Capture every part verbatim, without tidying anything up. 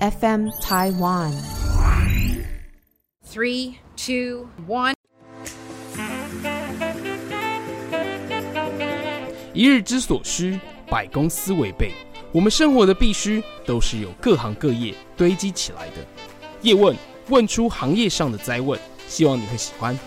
F M Taiwan。 Three, two, one。 一日之所需，百公司为备。我们生活的必须，都是由各行各业堆积起来的。叶问问出行业上的灾问，希望你会喜欢。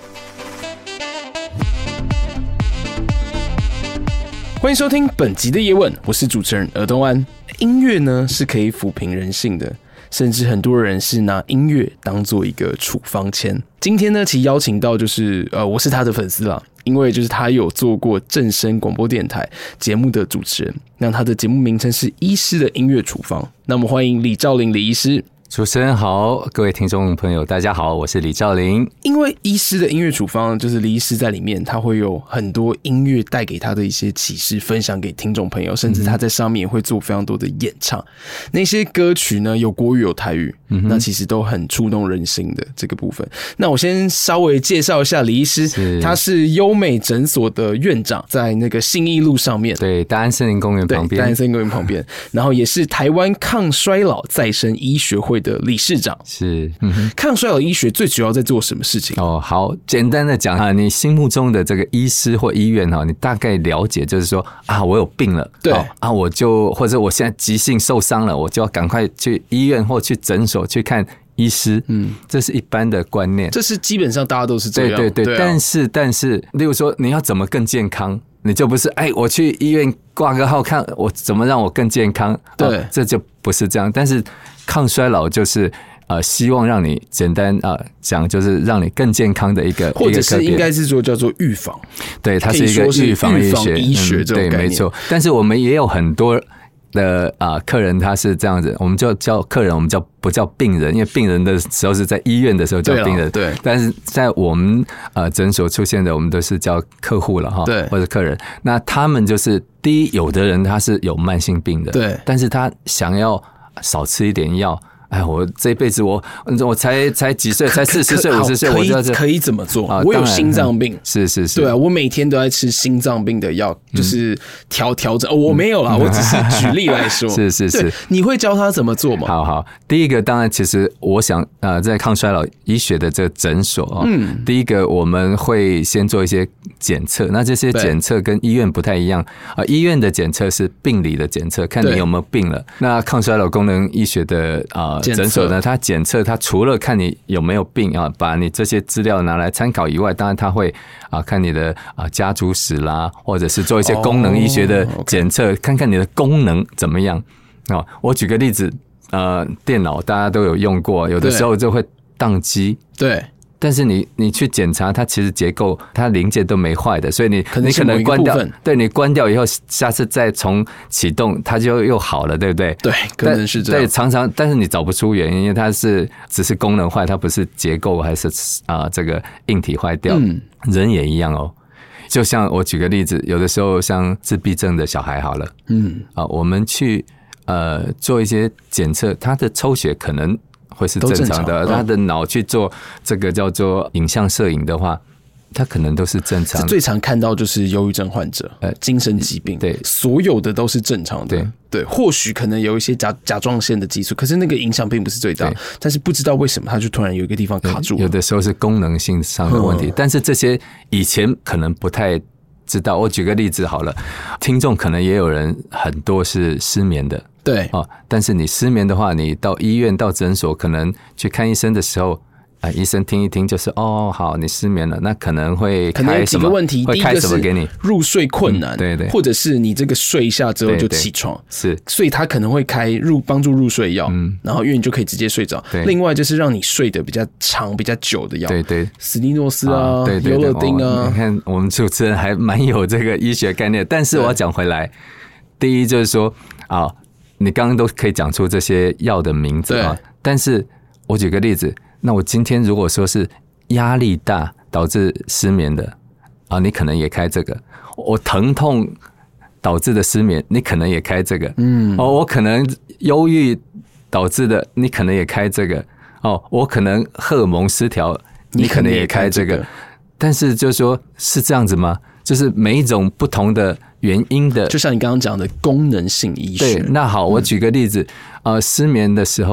欢迎收听本集的叶问，我是主持人尔东安。音乐呢是可以抚平人性的，甚至很多人是拿音乐当做一个处方签。今天呢，其实邀请到就是呃，我是他的粉丝啦，因为就是他有做过正声广播电台节目的主持人，那他的节目名称是医师的音乐处方。那我们欢迎李兆霖李医师。 主持人好，各位听众朋友大家好，我是李兆霖。 因为医师的音乐处方就是李医师在里面，他会有很多音乐带给他的一些启示分享给听众朋友，甚至他在上面也会做非常多的演唱。那些歌曲呢，有国语有台语，嗯、那其实都很触动人心的这个部分。那我先稍微介绍一下李医师，他是优美诊所的院长，在那个信义路上面， 对，大安森林公园旁边， 对，大安森林公园旁边，然后也是台湾抗衰老再生医学会的理事长。 是、嗯、 抗衰老医学最主要在做什么事情？ 哦，好，简单的讲啊，你心目中的这个医师或医院哈，你大概了解就是说啊，我有病了， 对、 哦、啊，我就或者我现在急性受伤了，我就要赶快去医院或去诊所去看医师。嗯，这是一般的观念， 这是基本上大家都是这样。 对对对，对、啊，但是但是，例如说你要怎么更健康？你就不是哎，我去医院挂个号看我怎么让我更健康，对、哦，这就不是这样。但是抗衰老就是呃，希望让你简单啊讲、呃，就是让你更健康的一个， 或者是应该是说叫做预防， 对，它是一个预防医学， 医学这种概念、嗯、 对，没错。但是我们也有很多的啊、呃、客人他是这样子，我们就叫客人，我们叫不叫病人，因为病人的时候是在医院的时候叫病人， 对， 但是在我们呃诊所出现的，我们都是叫客户了哈， 对， 或者客人。那他们就是第一，有的人他是有慢性病的， 对， 但是他想要少吃一点药。哎，我这辈子我我才才几岁，才四十岁、五十岁，我就可以怎么做？啊、我有心脏病， 是是是， 对啊，我每天都在吃心脏病的药，就是调调整、哦。我没有啦，我只是举例来说。 是是是， 你会教他怎么做吗？ 好好，第一个当然，其实我想呃，在抗衰老医学的这个诊所啊、哦，嗯，第一个我们会先做一些检测，那这些检测跟医院不太一样啊、呃，医院的检测是病理的检测，看你有没有病了。那抗衰老功能医学的啊。呃诊所呢，它检测，它除了看你有没有病啊，把你这些资料拿来参考以外，当然它会啊看你的啊家族史啦，或者是做一些功能医学的检测， oh, okay. 看看你的功能怎么样啊。我举个例子，呃，电脑大家都有用过，有的时候就会宕机， 对。 但是你你去检查，它其实结构它零件都没坏的，所以你可你可能关掉，对，你关掉以后，下次再重启动，它就又好了，对不对？ 对，可能是这样。 对，常常，但是你找不出原因，因为它是只是功能坏，它不是结构还是啊、呃、这个硬体坏掉。嗯，人也一样哦。就像我举个例子，有的时候像自闭症的小孩好了，嗯啊，我们去呃做一些检测，他的抽血可能会是正常的，他的脑去做这个叫做影像摄影的话，他可能都是正常的。 最常看到就是忧郁症患者，呃，精神疾病，对，所有的都是正常的。对，对，或许可能有一些甲甲状腺的激素，可是那个影响并不是最大，但是不知道为什么他就突然有一个地方卡住了。 有的时候是功能性上的问题，嗯、但是这些以前可能不太知道。我举个例子好了，听众可能也有人很多是失眠的。 对、 哦，但是你失眠的话，你到医院、到诊所，可能去看医生的时候，啊，医生听一听就是哦，好，你失眠了，那可能会开什么？ 可能有几个问题， 会开什么给你？ 入睡困难，嗯、 对对， 或者是你这个睡一下之后就起床， 对对是， 所以他可能会开入帮助入睡药，嗯，然后因为你就可以直接睡着。另外就是让你睡得比较长、比较久的药， 对对， 史蒂诺斯啊，对对，尤乐丁啊、 哦，你看我们主持人还蛮有这个医学概念，但是我要讲回来，第一就是说啊。你刚刚都可以讲出这些药的名字啊，但是我举个例子，那我今天如果说是压力大导致失眠的啊，你可能也开这个；我疼痛导致的失眠，你可能也开这个。嗯，哦，我可能忧郁导致的，你可能也开这个。哦，我可能荷尔蒙失调，你可能也开这个。但是就是说，是这样子吗？就是每一种不同的原因的， 就像你刚刚讲的功能性医学。 对，那好，我举个例子，嗯、呃，失眠的时候，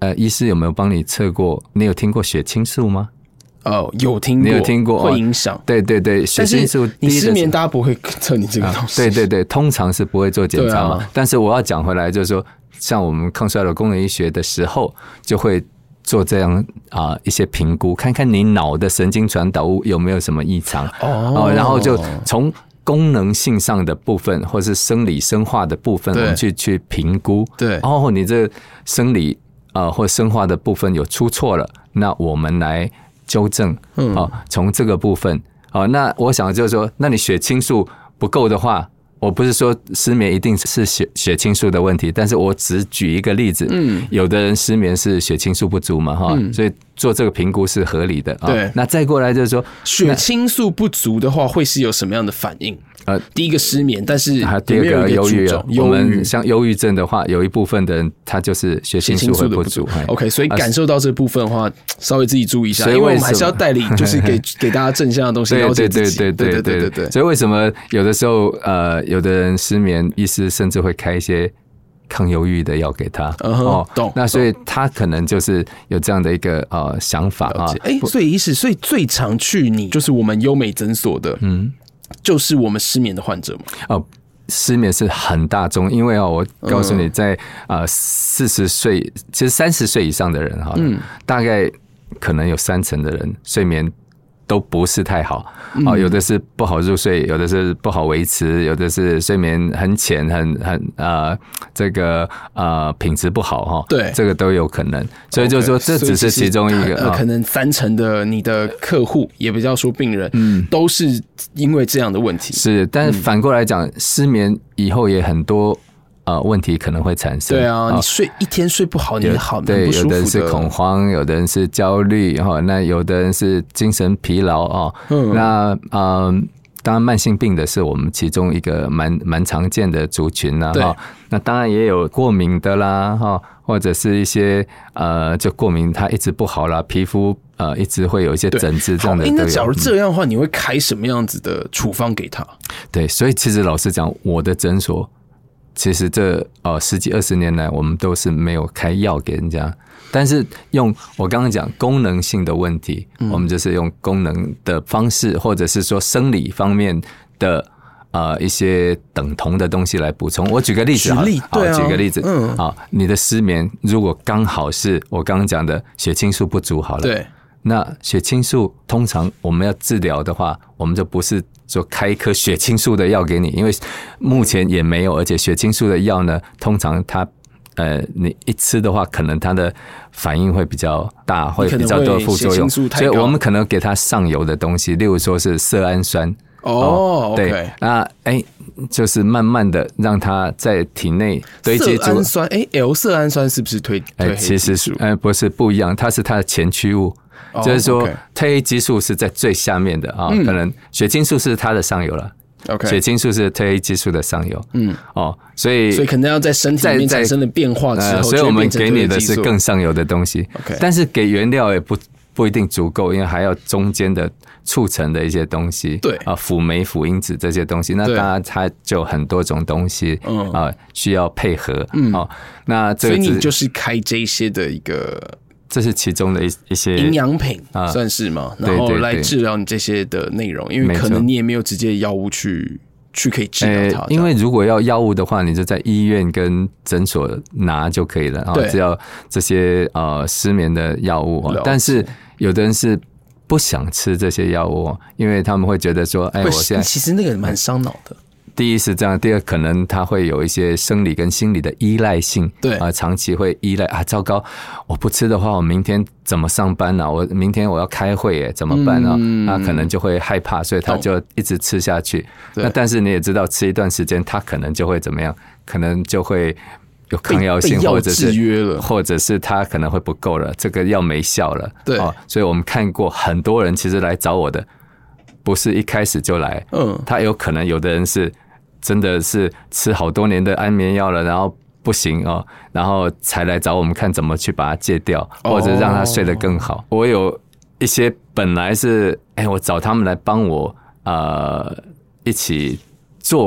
呃，医师有没有帮你测过？你有听过血清素吗？ 哦，有听过， 你有听过会影响、哦？ 对对对，血清素你失眠，大家不会测你这个东西、 啊。对对对，通常是不会做检查嘛。 啊、 但是我要讲回来，就是说，像我们抗衰老功能医学的时候，就会做这样啊、呃、一些评估，看看你脑的神经传导物有没有什么异常哦、呃，然后就从功能性上的部分，或是生理生化的部分，我们去去评估。 对， 然后你这生理呃或生化的部分有出错了，那我们来纠正。嗯，哦，从这个部分，哦，那我想就是说，那你血清素不够的话，我不是说失眠一定是血血清素的问题，但是我只举一个例子。嗯，有的人失眠是血清素不足嘛，哈、嗯，所以做这个评估是合理的。 对， 那再过来就是说， 血清素不足的话，会是有什么样的反应？呃，第一个失眠，但是第二个忧郁。我们像忧郁症的话，有一部分的人他就是血清素会不足。 OK， 所以感受到这部分的话，稍微自己注意一下，因为我们还是要带领，就是给给大家正向的东西，了解自己。 对对对对对对对。所以为什么有的时候呃，有的人失眠，医师甚至会开一些抗忧郁的药给他。 哦，懂。 那所以他可能就是有这样的一个呃想法啊。 哎，所以医师，所以最常去你就是我们优美诊所的，嗯。就是我们失眠的患者嘛？ 哦，失眠是很大众，因为哦，我告诉你在，在呃四十岁，其实三十岁以上的人哈，嗯，大概可能有三成的人睡眠都不是太好。哦，有的是不好入睡，有的是不好维持，有的是睡眠很浅，很很呃这个呃品质不好哈。对，这个都有可能。所以就是说，这只是其中一个。 呃，可能三成的你的客户，也不要说病人，嗯，都是因为这样的问题。 是，但是反过来讲，失眠以后也很多。呃，问题可能会产生。 对啊，你睡一天睡不好，你好对，有的人是恐慌，有的人是焦虑哈，那有的人是精神疲劳哦。嗯，那呃，当然慢性病的是我们其中一个蛮蛮常见的族群啦哈。那当然也有过敏的啦哈，或者是一些呃，就过敏它一直不好啦，皮肤呃一直会有一些疹子这样的都有。 那假如这样的话，你会开什么样子的处方给他？ 对，所以其实老实讲，我的诊所。其实这呃十几二十年来，我们都是没有开药给人家，但是用我刚刚讲功能性的问题，嗯、我们就是用功能的方式，或者是说生理方面的呃一些等同的东西来补充。我举个例子好了， 举例，对啊， 举个例子，嗯，好，你的失眠如果刚好是我刚刚讲的血清素不足好了， 对。 那血清素通常我们要治疗的话，我们就不是说开一颗血清素的药给你，因为目前也没有，而且血清素的药呢，通常它呃你一吃的话，可能它的反应会比较大，会比较多副作用，所以我们可能给它上游的东西，例如说是色氨酸。 哦， 对， okay. 那哎、欸，就是慢慢的让它在体内堆积住。 色氨酸，哎、欸、，L 色氨酸是不是推？哎、欸， 其实是，哎，不是不一样，它是它的前驱物。Oh, 就是说，褪黑激素是在最下面的啊，嗯、可能血清素是它的上游了。 OK， 血清素是褪黑激素的上游。嗯，哦，所以所以可能要在身体里面产生了变化之后，呃、 所以我们给你的是更上游的东西。 OK， 但是给原料也不不一定足够，因为还要中间的促成的一些东西。 对啊，辅酶、辅因子这些东西，那当然它就很多种东西啊、呃、需要配合。嗯，哦，那这个所以你就是开这些的一个。 这是其中的一一些营养品，算是吗？然后来治疗你这些的内容，因为可能你也没有直接药物去去可以治疗它、欸。 因为如果要药物的话，你就在医院跟诊所拿就可以了，然后只要这些呃失眠的药物。但是有的人是不想吃这些药物，因为他们会觉得说，哎，我现在其实那个蛮伤脑的。 第一是这样，第二可能他会有一些生理跟心理的依赖性， 对啊、呃，长期会依赖啊，糟糕，我不吃的话，我明天怎么上班呢、啊？我明天我要开会耶，怎么办呢、啊？嗯、那可能就会害怕，所以他就一直吃下去。那但是你也知道，吃一段时间，他可能就会怎么样？可能就会有抗药性，或者是或者是他可能会不够了，这个药没效了。 对、 哦，所以我们看过很多人其实来找我的，不是一开始就来，嗯，他有可能有的人是。真的是吃好多年的安眠药了，然后不行哦，然后才来找我们看怎么去把它戒掉，或者让他睡得更好。我有一些本来是，哎，我找他们来帮我呃一起做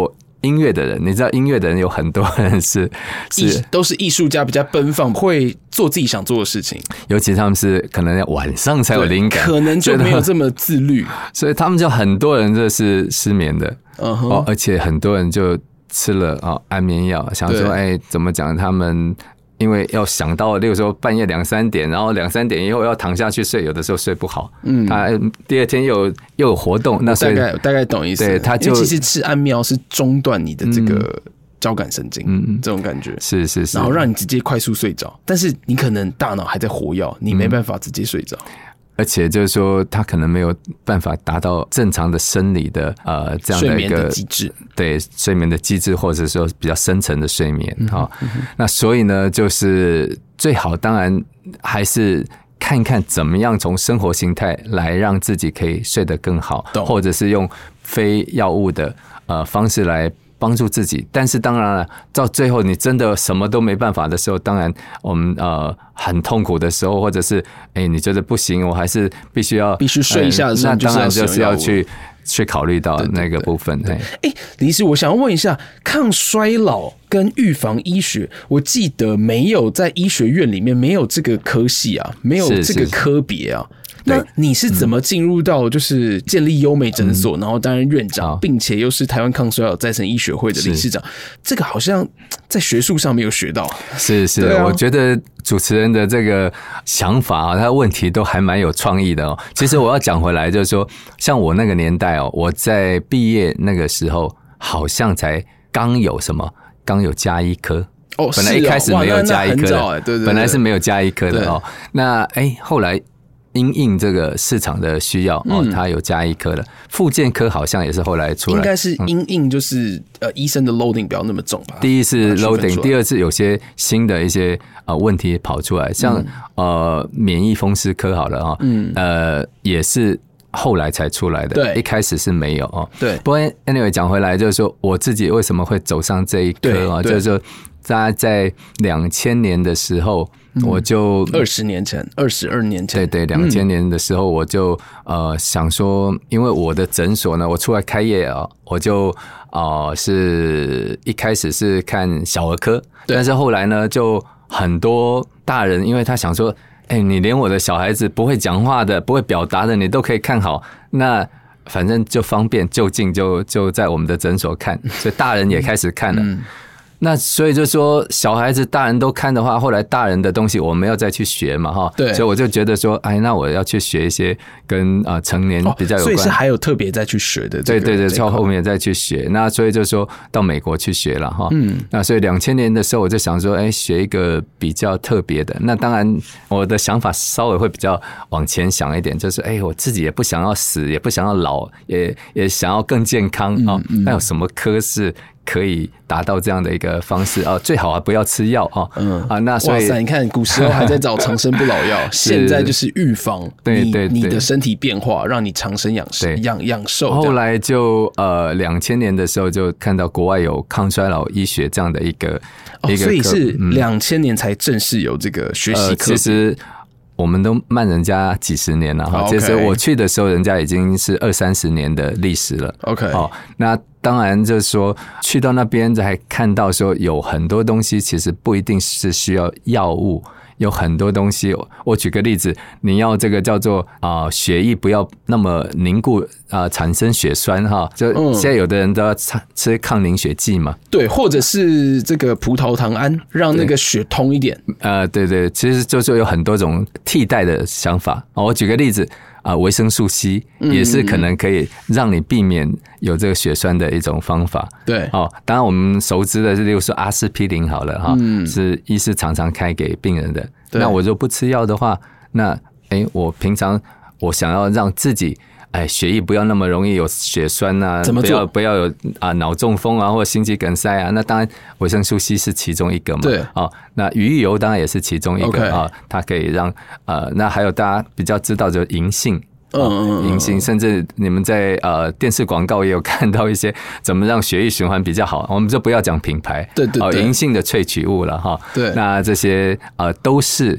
音乐的人，你知道音乐的人有很多人是是都是艺术家，比较奔放，会做自己想做的事情。 尤其他们是可能要晚上才有灵感， 可能就没有这么自律， 所以他们就很多人就是失眠的，嗯哼哦，而且很多人就吃了哦安眠药，想说哎怎么讲他们。因为要想到，例如说半夜两三点，然后两三点以后要躺下去睡，有的时候睡不好，嗯，他第二天又有又有活动，那所以大概大概懂意思。 对，他就其实吃安眠药是中断你的这个交感神经，嗯，这种感觉是是是， 然后让你直接快速睡着，但是你可能大脑还在活跃，你没办法直接睡着。嗯而且就是说，他可能没有办法达到正常的生理的呃这样的一个机制， 对睡眠的机制，或者说比较深层的睡眠哈、嗯嗯。那所以呢，就是最好当然还是看看怎么样从生活形态来让自己可以睡得更好，或者是用非药物的呃方式来帮助自己。但是当然了，到最后你真的什么都没办法的时候，当然我们呃很痛苦的时候，或者是哎、欸、你觉得不行，我还是必须要必须睡一下的时候、 呃，那当然就是要去去考虑到那个部分。哎， 李医师，我想要问一下，抗衰老跟预防医学，我记得没有在医学院里面没有这个科系啊，没有这个科别啊。那你是怎么进入到就是建立优美诊所，嗯、然后担任院长，并且又是台湾抗衰老再生医学会的理事长？这个好像在学术上没有学到。 是是、啊，我觉得主持人的这个想法啊，他的问题都还蛮有创意的哦。其实我要讲回来，就是说，像我那个年代哦，我在毕业那个时候，好像才刚有什么，刚有家医科。 哦， 本来一开始没有家医科的， 欸、对对对本来是没有家医科的哦。那哎，后来。因应这个市场的需要哦，它有加医科的，复健科好像也是后来出来， 应该是因应就是呃医生的 loading 不要那么重吧。 第一是 loading， 第二是有些新的一些呃问题跑出来，像、嗯、呃免疫风湿科好了哈，嗯呃也是后来才出来的， 对， 一开始是没有哦。 对， 不过 anyway 讲回来就是说，我自己为什么会走上这一科啊？就是说，大概在两千年的时候。我就二十年前，二十二年前， 对对，两千年的时候，我就、嗯、呃想说，因为我的诊所呢，我出来开业啊，我就呃是一开始是看小儿科，但是后来呢，就很多大人，因为他想说，哎、欸，你连我的小孩子不会讲话的、不会表达的，你都可以看好，那反正就方便就近就就在我们的诊所看，所以大人也开始看了。嗯那所以就说小孩子大人都看的话，后来大人的东西我们要再去学嘛哈， 对， 所以我就觉得说，哎，那我要去学一些跟啊、呃、成年比较有关、哦， 所以是还有特别再去学的、這個， 对对对，到后面再去学。那所以就说到美国去学了哈，嗯，那所以两千年的时候我就想说，哎，学一个比较特别的。那当然我的想法稍微会比较往前想一点，就是哎，我自己也不想要死，也不想要老，也也想要更健康啊、嗯嗯。那有什么科是可以达到这样的一个方式啊，最好啊不要吃药啊，嗯啊，那所以哇塞，你看古时候还在找长生不老药，现在就是预防， 对对对， 你的身体变化，让你长生养生、养养寿。 后来就呃两千年的时候就看到国外有抗衰老医学这样的一个、 哦、 一个， 所以是两千年才正式有这个学习课、 呃。其实我们都慢人家几十年了哈，其实我去的时候，人家已经是二三十年的历史了。 OK， 哦，那当然就是说，去到那边才看到说，有很多东西其实不一定是需要药物。有很多东西，我举个例子，你要这个叫做啊、呃，血液不要那么凝固啊、呃，产生血栓哈。就现在有的人都要吃抗凝血剂嘛， 对，或者是这个葡萄糖胺，让那个血通一点。 呃，对对，其实就是有很多种替代的想法。我举个例子。啊，维生素 C 也是可能可以让你避免有这个血栓的一种方法。 对， 哦，当然我们熟知的，例如说阿司匹林好了哈、嗯，是医师常常开给病人的。那我如果不吃药的话，那哎，我平常我想要让自己哎血液不要那么容易有血栓啊， 怎么做？ 不要不要有啊脑中风啊或心肌梗塞啊。那当然维生素 C 是其中一个嘛。 对， 哦，那鱼油当然也是其中一个啊、 okay 哦，它可以让呃，那还有大家比较知道就是银杏。嗯，银杏，甚至你们在呃电视广告也有看到一些怎么让血液循环比较好，我们就不要讲品牌， 对对对， 银杏的萃取物了哈。 对， 那这些呃都是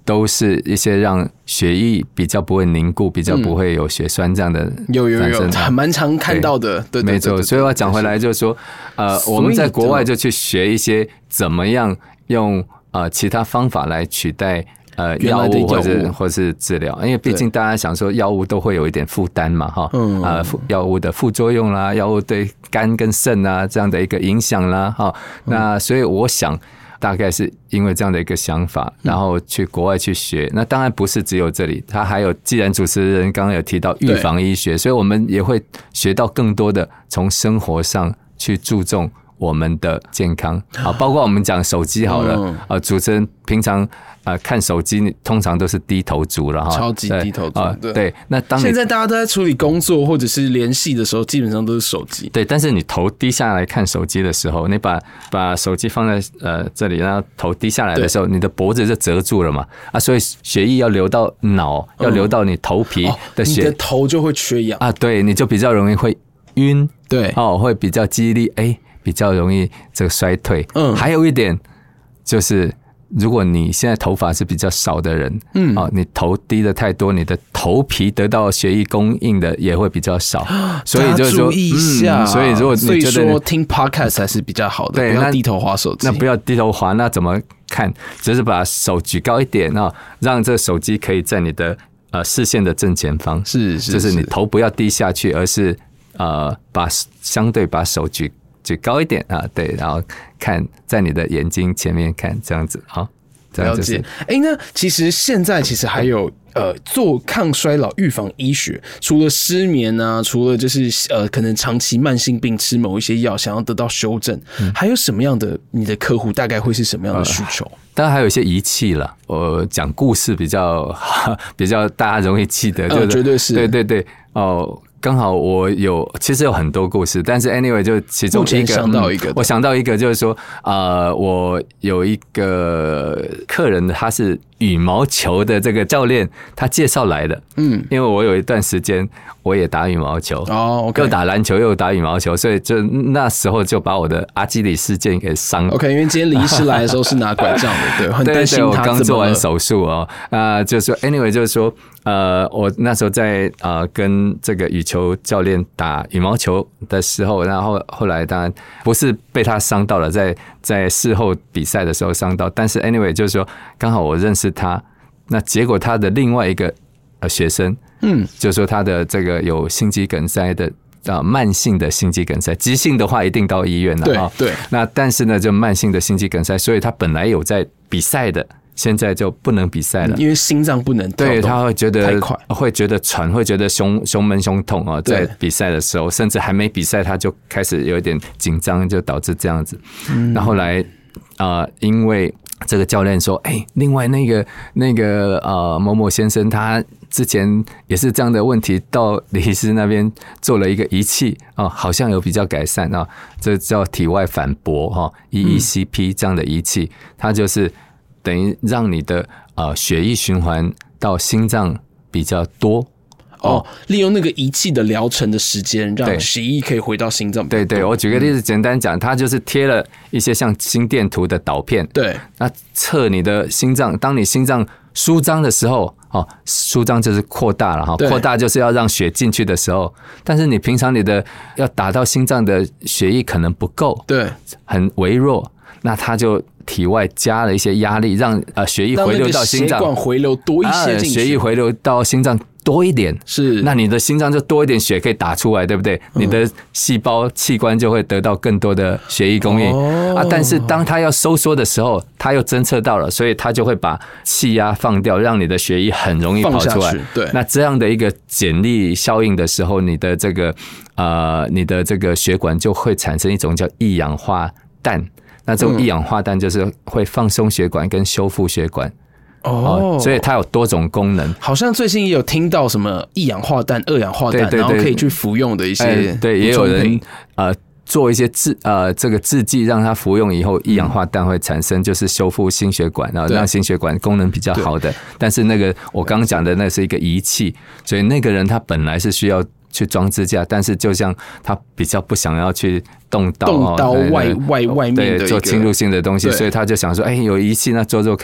都是一些让血液比较不会凝固，比较不会有血栓这样的、嗯、 有有有，蛮常看到的。对，对对对对， 没错。所以我讲回来就是说，呃，我们在国外就去学一些怎么样用呃其他方法来取代呃药物或者或是治疗，因为毕竟大家想说药物都会有一点负担嘛，哈，嗯，呃，药物的副作用啦，药物对肝跟肾啊这样的一个影响啦，哈，那所以我想。大概是因为这样的一个想法，然后去国外去学。那当然不是只有这里，他还有，既然主持人刚刚有提到预防医学，所以我们也会学到更多的从生活上去注重我们的健康。好，包括我们讲手机好了，嗯、呃，主持人平常呃看手机通常都是低头族了哈， 超级低头族。呃、对, 对，那当你现在大家都在处理工作或者是联系的时候，基本上都是手机。 对，但是你头低下来看手机的时候，你把把手机放在呃这里，然后头低下来的时候，你的脖子就折住了嘛，啊，所以血液要流到脑，要流到你头皮的血， 嗯哦、你的头就会缺氧啊，对，你就比较容易会晕， 对， 哦，会比较肌力，哎。比较容易这个衰退，嗯，还有一点就是，如果你现在头发是比较少的人，嗯，哦，你头低的太多，你的头皮得到血液供应的也会比较少，所以就是说， 注意一下。 嗯、所以如果你觉得所以说听 podcast 还是比较好的，对，不要低头滑手机。 那不要低头滑，那怎么看？只是把手举高一点啊，让这手机可以在你的呃视线的正前方， 是是， 就是你头不要低下去，而是呃把相对把手举。举高一点啊，对，然后看在你的眼睛前面看，这样子，好，这样就是。 哎，那其实现在其实还有呃做抗衰老预防医学，除了失眠啊，除了就是呃可能长期慢性病吃某一些药想要得到修正，嗯、还有什么样的你的客户大概会是什么样的需求？呃、 当然还有一些仪器了，我讲故事比较比较大家容易记得， 嗯、绝对是， 对对对，哦。刚好我有，其实有很多故事，但是 anyway 就其中一个， 想到一个、嗯， 我想到一个就是说，呃，我有一个客人，他是羽毛球的这个教练，他介绍来的，嗯，因为我有一段时间我也打羽毛球，哦， okay、又打篮球又打羽毛球，所以就那时候就把我的阿基里斯腱给伤了。 OK， 因为今天李医师来的时候是拿拐杖的，对，很担心他。 对对，我刚做完手术哦，啊、呃，就是说 anyway 就是说。呃，我那时候在呃跟这个羽球教练打羽毛球的时候，然后后来当然不是被他伤到了，在在事后比赛的时候伤到，但是 anyway 就是说刚好我认识他，那结果他的另外一个呃学生，嗯，就是说他的这个有心肌梗塞的。啊，慢性的心肌梗塞，急性的话一定到医院了啊。 对， 那但是呢，就慢性的心肌梗塞，所以他本来有在比赛的。现在就不能比赛了， 因为心脏不能跳动， 对，他会觉得太快， 会觉得喘，会觉得胸胸闷胸痛啊。在比赛的时候，甚至还没比赛，他就开始有一点紧张，就导致这样子。嗯，然后来啊、呃，因为这个教练说，哎、欸，另外那个那个呃某某先生，他之前也是这样的问题，到李医师那边做了一个仪器啊、哦，好像有比较改善啊，这叫体外反搏哈 ，E E C P 这样的仪器，它就是等于让你的呃血液循环到心脏比较多。 哦，利用那个仪器的疗程的时间，让血液可以回到心脏。 对对，我举个例子，简单讲，它就是贴了一些像心电图的导片， 对， 那测你的心脏，当你心脏舒张的时候，哦，舒张就是扩大了哈，扩大就是要让血进去的时候，但是你平常你的要打到心脏的血液可能不够， 对， 很微弱，那它就体外加了一些压力，让呃血液回流到心脏， 血管回流多一些进去， 血液回流到心脏多一点， 是， 那你的心脏就多一点血可以打出来，对不对？嗯、你的细胞器官就会得到更多的血液供应、哦、啊。但是当它要收缩的时候，它又侦测到了，所以它就会把气压放掉，让你的血液很容易跑出来。 对， 那这样的一个剪力效应的时候，你的这个呃，你的这个血管就会产生一种叫一氧化氮。那这种一氧化氮就是会放松血管跟修复血管。哦，所以它有多种功能。 好像最近也有听到什么一氧化氮、二氧化氮，然后可以去服用的一些、 欸，对，也有人呃做一些制呃这个制剂，让它服用以后，一氧化氮会产生就是修复心血管，然后让心血管功能比较好的。但是那个我刚刚讲的那是一个仪器，所以那个人他本来是需要去装支架，但是就像他比较不想要去动刀， 动刀外外外面的对做侵入性的东西，所以他就想说，哎、欸，有仪器那做做看，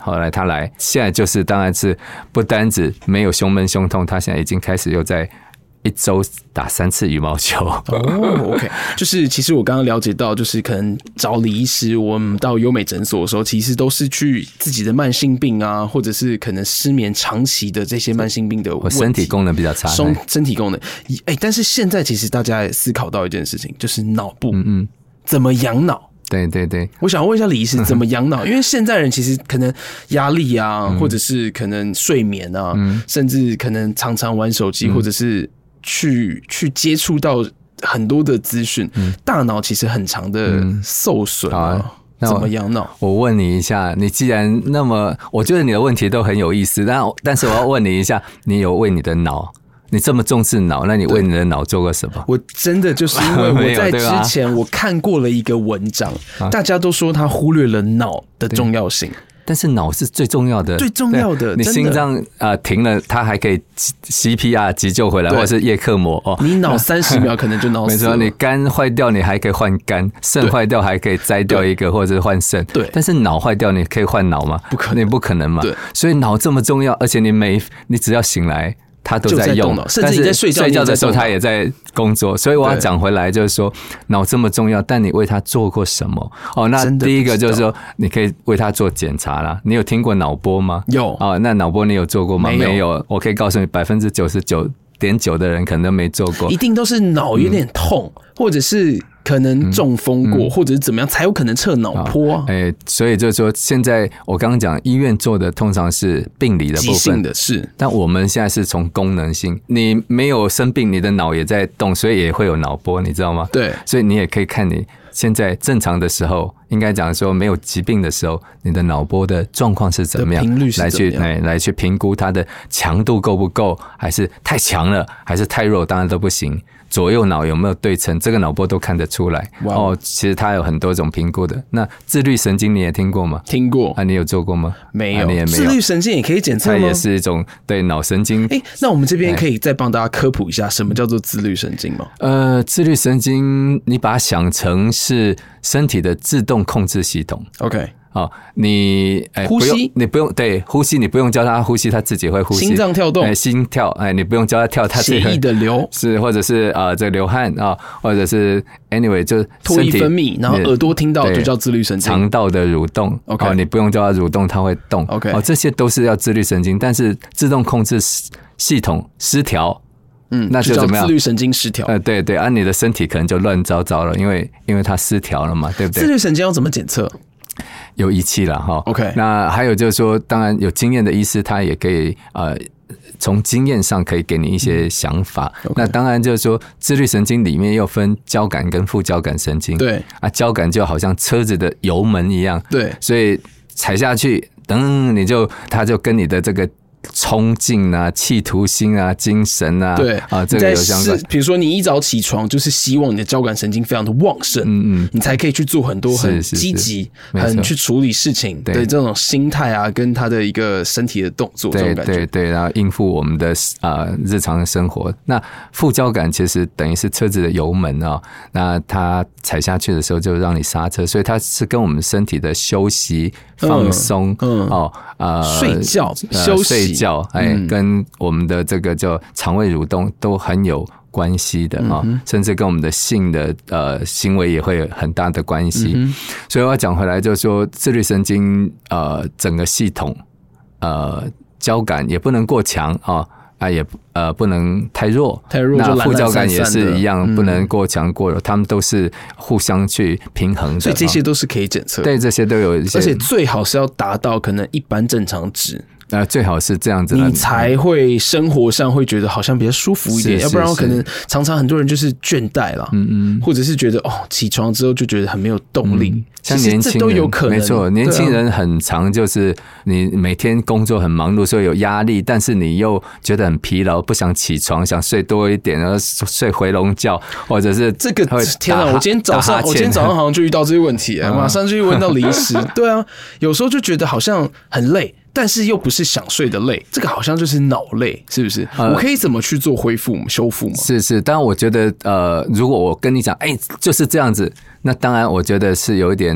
后来他来，现在就是当然是不单止没有胸闷胸痛，他现在已经开始又在一周打三次羽毛球。 哦 ，OK， 就是其实我刚刚了解到，就是可能找李医师，我们到优美诊所的时候，其实都是去自己的慢性病啊，或者是可能失眠长期的这些慢性病的问题， 我身体功能比较差， 身身体功能，哎，但是现在其实大家也思考到一件事情，就是脑部，嗯嗯，怎么养脑？ 对对对， 我想问一下李医师，怎么养脑？因为现在人其实可能压力啊，嗯、或者是可能睡眠啊，嗯、甚至可能常常玩手机，嗯、或者是去去接触到很多的资讯，嗯、大脑其实很常的受损啊。嗯怎么养脑？ 我问你一下，你既然那么，我觉得你的问题都很有意思，但但是我要问你一下，你有为你的脑？你这么重视脑，那你为你的脑做过什么？ 我真的就是因为我在之前我看过了一个文章，大家都说他忽略了脑的重要性。 但是脑是最重要的， 最重要的。 你心脏呃停了，它还可以 C P R 急救回来，或者是叶克膜哦。 你脑三十秒可能就脑死了。 没错，你肝坏掉，你还可以换肝；肾坏掉还可以摘掉一个，或者是换肾。对。但是脑坏掉，你可以换脑吗？ 不可能， 你不可能嘛。 对。 所以脑这么重要，而且你每你只要醒来，它都在用， 甚至你在睡觉睡觉的时候，它也在工作。所以我要讲回来，就是说，脑这么重要，但你为它做过什么？哦，那第一个就是说，你可以为它做检查啦。你有听过脑波吗？ 有啊、哦，那脑波你有做过吗？ 没有。 没有我可以告诉你，百分之九十九点九的人可能都没做过， 一定都是脑有点痛，嗯、或者是可能中风过，嗯、或者是怎么样，才有可能测脑波啊。 哎、欸，所以就是说，现在我刚刚讲，医院做的通常是病理的部分， 急性的是， 但我们现在是从功能性。你没有生病，你的脑也在动，所以也会有脑波，你知道吗？ 对， 所以你也可以看你现在正常的时候，应该讲说没有疾病的时候，你的脑波的状况是怎么样？ 频率是怎么样？ 来去来去评估它的强度够不够，还是太强了，还是太弱？当然都不行。左右脑有没有对称，这个脑波都看得出来。Wow. 哦，其实它有很多种评估的。那自律神经你也听过吗？ 听过啊，你有做过吗？ 没有， 啊、你也没有。 自律神经也可以检测吗？ 它也是一种对脑神经。 哎、欸，那我们这边可以再帮大家科普一下，什么叫做自律神经吗？ 呃，自律神经你把它想成是身体的自动控制系统。 OK。 哦，你哎， 呼吸你不用对呼吸，你不用教他呼吸，他自己会呼吸。 心脏跳动， 哎，心跳，哎，你不用教他跳，他自己血液的流是，或者是呃，这流汗啊、哦，或者是 anyway 就唾液分泌，然后耳朵听到就叫自律神经。 肠道的蠕动 ，OK，、 哦、你不用教他蠕动，他会动 ，OK， 哦，这些都是要自律神经，但是自动控制系统失调。 嗯， 那就怎么样？ 自律神经失调。 呃，对对，啊，你的身体可能就乱糟糟了，因为因为它失调了嘛，对不对？ 自律神经要怎么检测？ 有仪器了哈 ，OK。 那还有就是说，当然有经验的医师，他也可以呃，从经验上可以给你一些想法。嗯 okay、那当然就是说，自律神经里面又分交感跟副交感神经。 对啊，交感就好像车子的油门一样， 对， 所以踩下去，等你就它就跟你的这个。冲劲啊，企图心啊，精神啊， 对啊，这个有相关。 比如说，你一早起床，就是希望你的交感神经非常的旺盛，嗯嗯，你才可以去做很多很积极、很去处理事情的这种心态啊，跟他的一个身体的动作，这种感觉， 对对对，然后应付我们的啊、呃、日常的生活。那副交感其实等于是车子的油门啊、哦，那它踩下去的时候就让你刹车，所以它是跟我们身体的休息、放松，嗯，嗯哦，呃， 睡觉、休息。 觉哎，嗯、跟我们的这个叫肠胃蠕动都很有关系的啊、嗯，甚至跟我们的性的呃行为也会有很大的关系。嗯、所以我要讲回来，就是说自律神经呃整个系统呃交感也不能过强啊。啊，也呃不能太弱， 太弱就懒懒散散的。 那副交感也是一样，嗯、不能过强过弱，他们都是互相去平衡的。 所以这些都是可以检测的， 对，这些都有一些， 而且最好是要达到可能一般正常值。 呃，最好是这样子， 你才会生活上会觉得好像比较舒服一点，要不然可能常常很多人就是倦怠啦，嗯嗯，或者是觉得哦起床之后就觉得很没有动力。嗯、 像年轻人都有可能， 没错，年轻人很常就是你每天工作很忙碌，所以有压力，但是你又觉得很疲劳，不想起床，想睡多一点，然后睡回笼觉，或者是这个天啊！我今天早上我今天早上好像就遇到这些问题，马上就去问到临时。对啊，有时候就觉得好像很累。但是又不是想睡的累，这个好像就是脑累，是不是？呃、我可以怎么去做恢复、修复吗？ 是是，当然我觉得，呃，如果我跟你讲，哎、欸，就是这样子，那当然我觉得是有一点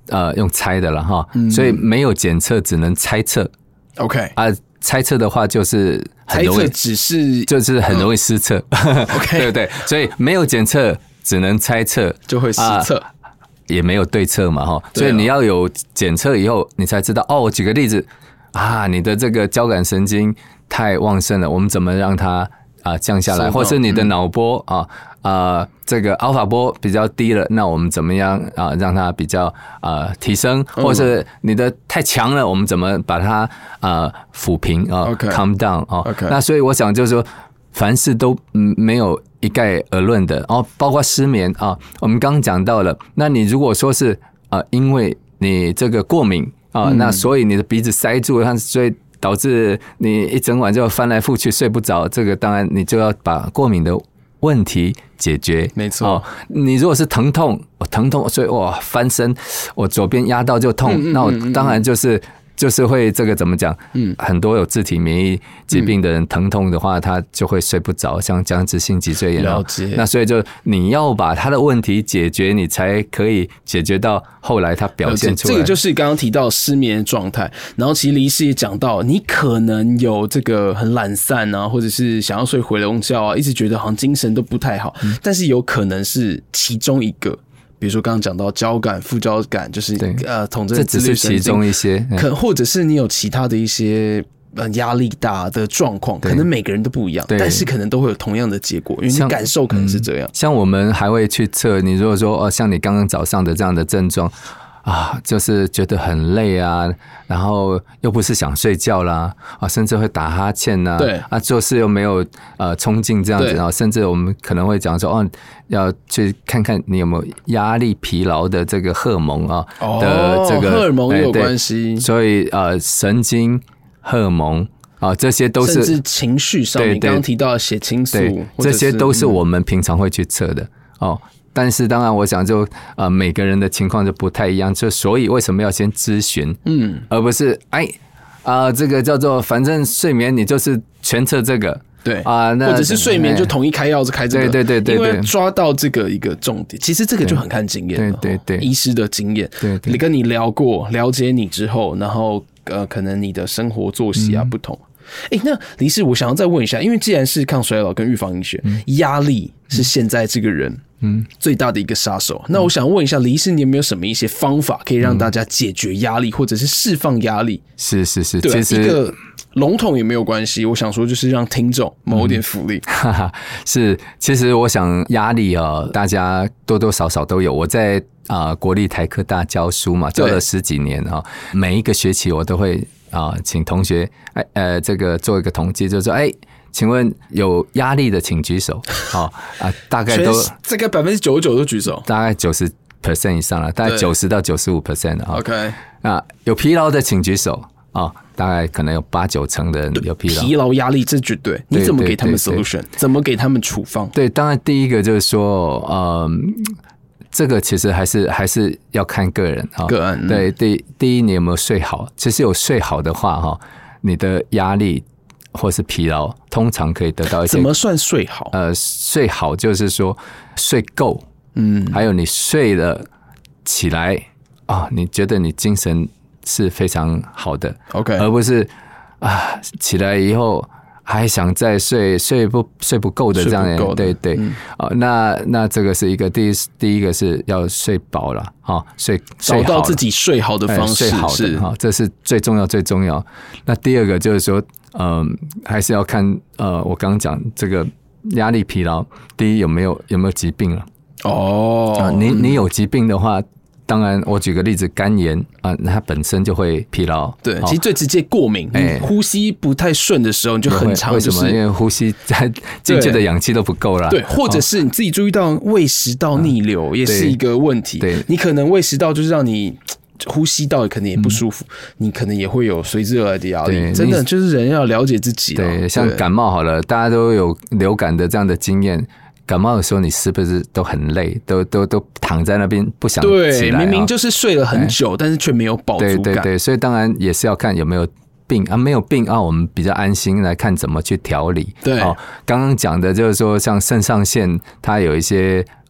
呃用猜的了哈， 嗯、 所以没有检测，只能猜测。 OK 啊，猜测的话就是很容易， 猜测只是就是很容易失策。 嗯、OK， 对不对？所以没有检测，只能猜测， 就会失策。啊也没有对策嘛，哈，所以你要有检测以后，你才知道。哦，我举个例子啊，你的这个交感神经太旺盛了，我们怎么让它啊降下来？或是你的脑波啊啊这个阿尔法波比较低了，那我们怎么样啊让它比较啊提升？或是你的太强了，我们怎么把它啊抚平啊 calm down 啊？那所以我想就是说，凡事都没有一概而论的哦，包括失眠啊，我们刚刚讲到了。那你如果说是啊，因为你这个过敏啊，嗯、那所以你的鼻子塞住了，所以导致你一整晚就翻来覆去睡不着。这个当然你就要把过敏的问题解决。 没错、 哦，你如果是疼痛，疼痛，所以哇翻身，我左边压到就痛，嗯嗯嗯嗯那我当然就是。就是会这个怎么讲？嗯，很多有自体免疫疾病的人，疼痛的话，他就会睡不着，像僵直性脊椎炎。 了解。 那所以就你要把他的问题解决，你才可以解决到后来他表现出来。 这个就是刚刚提到失眠的状态。然后其实李医师也讲到，你可能有这个很懒散啊，或者是想要睡回笼觉啊，一直觉得好像精神都不太好，嗯、但是有可能是其中一个。比如说刚刚讲到交感、副交感，就是呃，统整自律神经， 这只是其中一些， 可或者是你有其他的一些呃压力大的状况，可能每个人都不一样，但是可能都会有同样的结果，因为你感受可能是这样。 嗯、像我们还会去测，你如果说哦，像你刚刚早上的这样的症状。啊，就是觉得很累啊，然后又不是想睡觉啦，啊，甚至会打哈欠呐， 对啊， 做事又没有呃冲劲这样子，然后甚至我们可能会讲说，哦，要去看看你有没有压力疲劳的这个荷尔蒙啊、哦、的这个荷尔蒙也有关系， 所以呃神经荷尔蒙啊这些都是甚至情绪上面，刚刚提到的血清素， 这些都是我们平常会去测的哦。但是当然，我想就呃每个人的情况就不太一样，就所以为什么要先咨询，嗯，而不是哎啊、呃、这个叫做反正睡眠你就是全测这个， 对啊，或者是睡眠就统一开药就开这个， 对对对对， 因为抓到这个一个重点，其实这个就很看经验了， 对对对， 医师的经验， 对对， 你跟你聊过，了解你之后，然后呃可能你的生活作息啊、嗯、不同。哎、欸，那李医师，我想要再问一下，因为既然是抗衰老跟预防医学，压、嗯、力是现在这个人嗯最大的一个杀手。嗯、那我想问一下，李医师，你有没有什么一些方法可以让大家解决压力，或者是释放压力？ 是是是， 对， 其实一个笼统也没有关系。我想说，就是让听众谋点福利。 嗯、是，其实我想压力啊，大家多多少少都有。我在啊、呃、国立台科大教书嘛，教了十几年啊，每一个学期我都会。啊，请同学，哎，呃，这个做一个统计，就是说，哎，请问有压力的请举手。好、哦、啊，大概都这个百分之九十九都举手， 大概九十 percent 以上了，大概九十到九十五 percent 的。 OK， 啊，有疲劳的请举手啊、哦，大概可能有八九成的人有疲劳。 疲劳压力这绝对，你怎么给他们 solution？ 怎么给他们处方？ 对，当然第一个就是说，嗯。这个其实还是还是要看个人哈， 个案对，第第一你有没有睡好？其实有睡好的话哈，你的压力或是疲劳通常可以得到一些。 怎么算睡好？ 呃，睡好就是说睡够，嗯，还有你睡了起来啊，你觉得你精神是非常好的 ，OK， 而不是啊起来以后。还想再睡，睡不睡不够的这样的，对对，嗯哦、那那这个是一个第一第一个是要睡饱了啊、哦，睡找到自己睡好的方式， 睡好的哈、哦，这是最重要最重要。那第二个就是说，嗯、呃，还是要看呃，我刚刚讲这个压力疲劳，第一有没有有没有疾病了？ 哦， 啊，你你有疾病的话。当然，我举个例子，肝炎啊，它本身就会疲劳。 对，其实最直接过敏，你呼吸不太顺的时候，你就很常就是为什么？因为呼吸在进去的氧气都不够了。 对，或者是你自己注意到胃食道逆流也是一个问题。对，你可能胃食道就是让你呼吸道可能也不舒服，你可能也会有随之而来的压力。真的就是人要了解自己。 对，像感冒好了，大家都有流感的这样的经验。感冒的时候，你是不是都很累，都都都躺在那边不想起来？ 对，明明就是睡了很久，但是却没有饱足感。 对对对，所以当然也是要看有没有病啊，没有病啊，我们比较安心来看怎么去调理。 对， 哦，刚刚讲的就是说，像肾上腺它有一些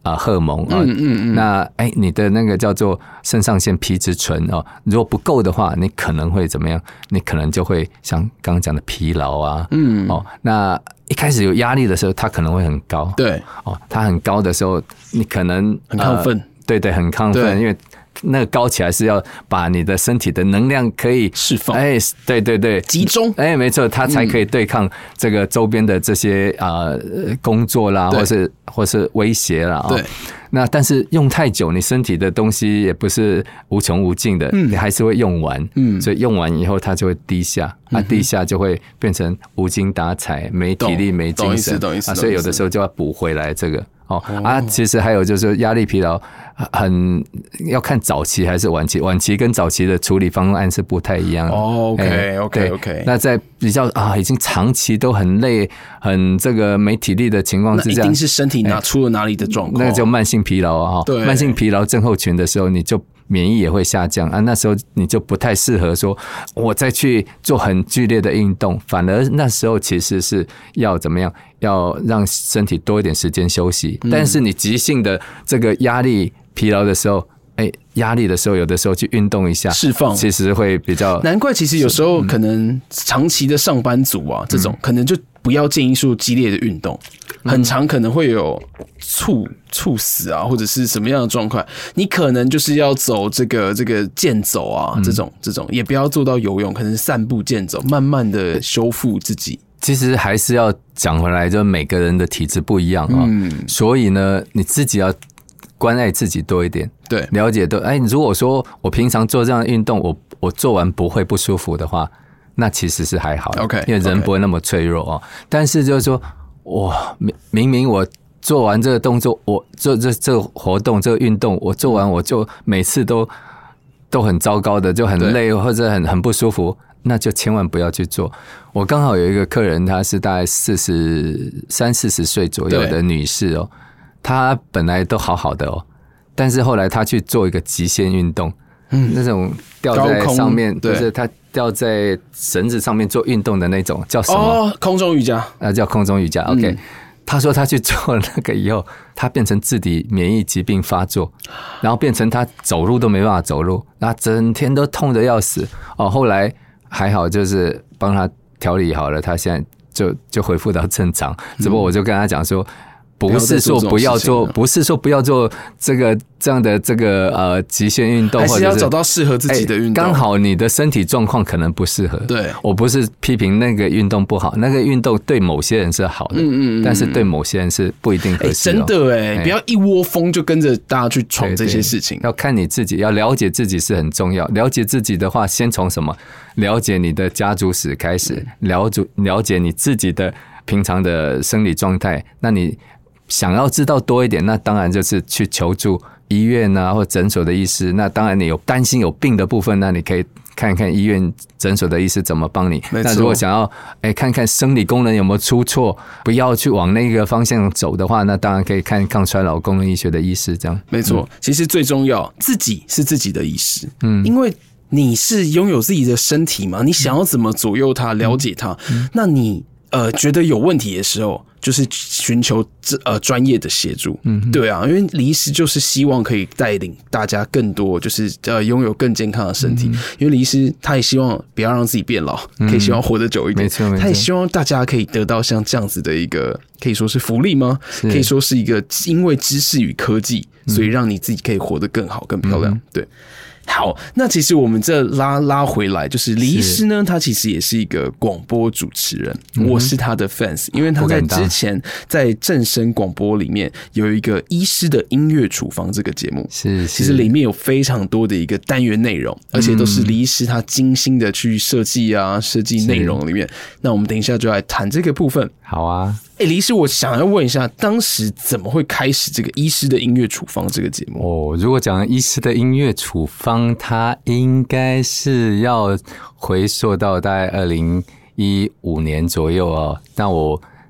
啊荷尔蒙啊，嗯嗯嗯那哎你的那个叫做肾上腺皮质醇哦，如果不够的话，你可能会怎么样？你可能就会像刚刚讲的疲劳啊，嗯哦，那一开始有压力的时候，它可能会很高， 对哦，它很高的时候，你可能很亢奋、呃， 对对，很亢奋，因为。那个高起来是要把你的身体的能量可以释放， 哎，对对对， 集中， 哎，没错，它才可以对抗这个周边的这些啊、呃、工作啦，或是或是威胁啦。 对， 那但是用太久，你身体的东西也不是无穷无尽的，嗯、你还是会用完，嗯，所以用完以后它就会低下，嗯、啊，低下就会变成无精打采，没体力，没精神， 懂意思， 啊，所以有的时候就要补回来这个。哦啊，其实还有就是压力疲劳，很要看早期还是晚期，晚期跟早期的处理方案是不太一样的。 哦 ，OK OK OK。 那在比较啊，已经长期都很累、很这个没体力的情况之下， 那一定是身体哪出了哪里的状况， 那个叫慢性疲劳啊。 对， 慢性疲劳症候群的时候，你就免疫也会下降啊。那时候你就不太适合说，我再去做很剧烈的运动，反而那时候其实是要怎么样？要让身体多一点时间休息，嗯、但是你急性的这个压力疲劳的时候，哎，压力的时候，有的时候去运动一下， 释放， 其实会比较。 难怪其实有时候可能长期的上班族啊，嗯、这种可能就不要建议说激烈的运动，嗯、很常可能会有猝猝死啊，或者是什么样的状况，你可能就是要走这个这个健走啊，嗯、这种这种也不要做到游泳，可能是散步健走，慢慢的修复自己。 其实还是要讲回来，就每个人的体质不一样啊，嗯、所以呢，你自己要关爱自己多一点， 对， 了解多。哎，如果说我平常做这样的运动，我我做完不会不舒服的话，那其实是还好 ，OK， 因为人不会那么脆弱哦。Okay. 但是就是说，哇，明明我做完这个动作，我做这这个活动、这个运动，我做完我就每次都都很糟糕的，就很累或者很很不舒服。那就千万不要去做。我刚好有一个客人，她是大概四十三四十岁左右的女士哦，她本来都好好的哦，但是后来她去做一个极限运动，嗯，那种吊在上面，就是她吊在绳子上面做运动的那种，叫什么？ 哦，空中瑜伽， 啊，叫空中瑜伽。OK，嗯、她说她去做那个以后，她变成自体免疫疾病发作，然后变成她走路都没办法走路，然后整天都痛得要死哦，后来。还好，就是帮他调理好了，他现在就就恢复到正常。只不过我就跟他讲说，不是说不要做，不是说不要做这个这样的这个呃极限运动， 还是要找到适合自己的运动。 刚好你的身体状况可能不适合。 对， 我不是批评那个运动不好，那个运动对某些人是好的，嗯嗯，但是对某些人是不一定合适。 真的哎，不要一窝蜂就跟着大家去闯这些事情。 要看你自己，要了解自己是很重要。了解自己的话，先从什么？了解你的家族史开始，了解了解你自己的平常的生理状态。那你想要知道多一点，那当然就是去求助医院啊或诊所的医师。那当然你有担心有病的部分，那你可以看一看医院诊所的医师怎么帮你。那如果想要哎看看生理功能有没有出错，不要去往那个方向走的话，那当然可以看抗衰老功能医学的医师。这样没错、嗯，其实最重要自己是自己的医师，嗯，因为你是拥有自己的身体嘛，你想要怎么左右它、了解它，嗯、那你呃觉得有问题的时候，就是寻求呃专业的协助。嗯，对啊，因为李医师就是希望可以带领大家更多，就是呃拥有更健康的身体。嗯、因为李医师他也希望不要让自己变老，嗯、可以希望活得久一点。 没错，没错。 他也希望大家可以得到像这样子的一个，可以说是福利吗？可以说是一个因为知识与科技，所以让你自己可以活得更好、更漂亮。嗯、对。好，那其实我们这拉拉回来，就是李医师呢，他其实也是一个广播主持人，嗯、我是他的 fans， 因为他在之前在正声广播里面有一个医师的音乐处方这个节目， 是， 其实里面有非常多的一个单元内容，而且都是李医师他精心的去设计啊，设计内容里面。那我们等一下就来谈这个部分。 好啊。 哎、欸，李医师，我想要问一下，当时怎么会开始这个医师的音乐处方这个节目？ 哦，如果讲医师的音乐处方，它应该是要回溯到大概二零一五年左右哦。但我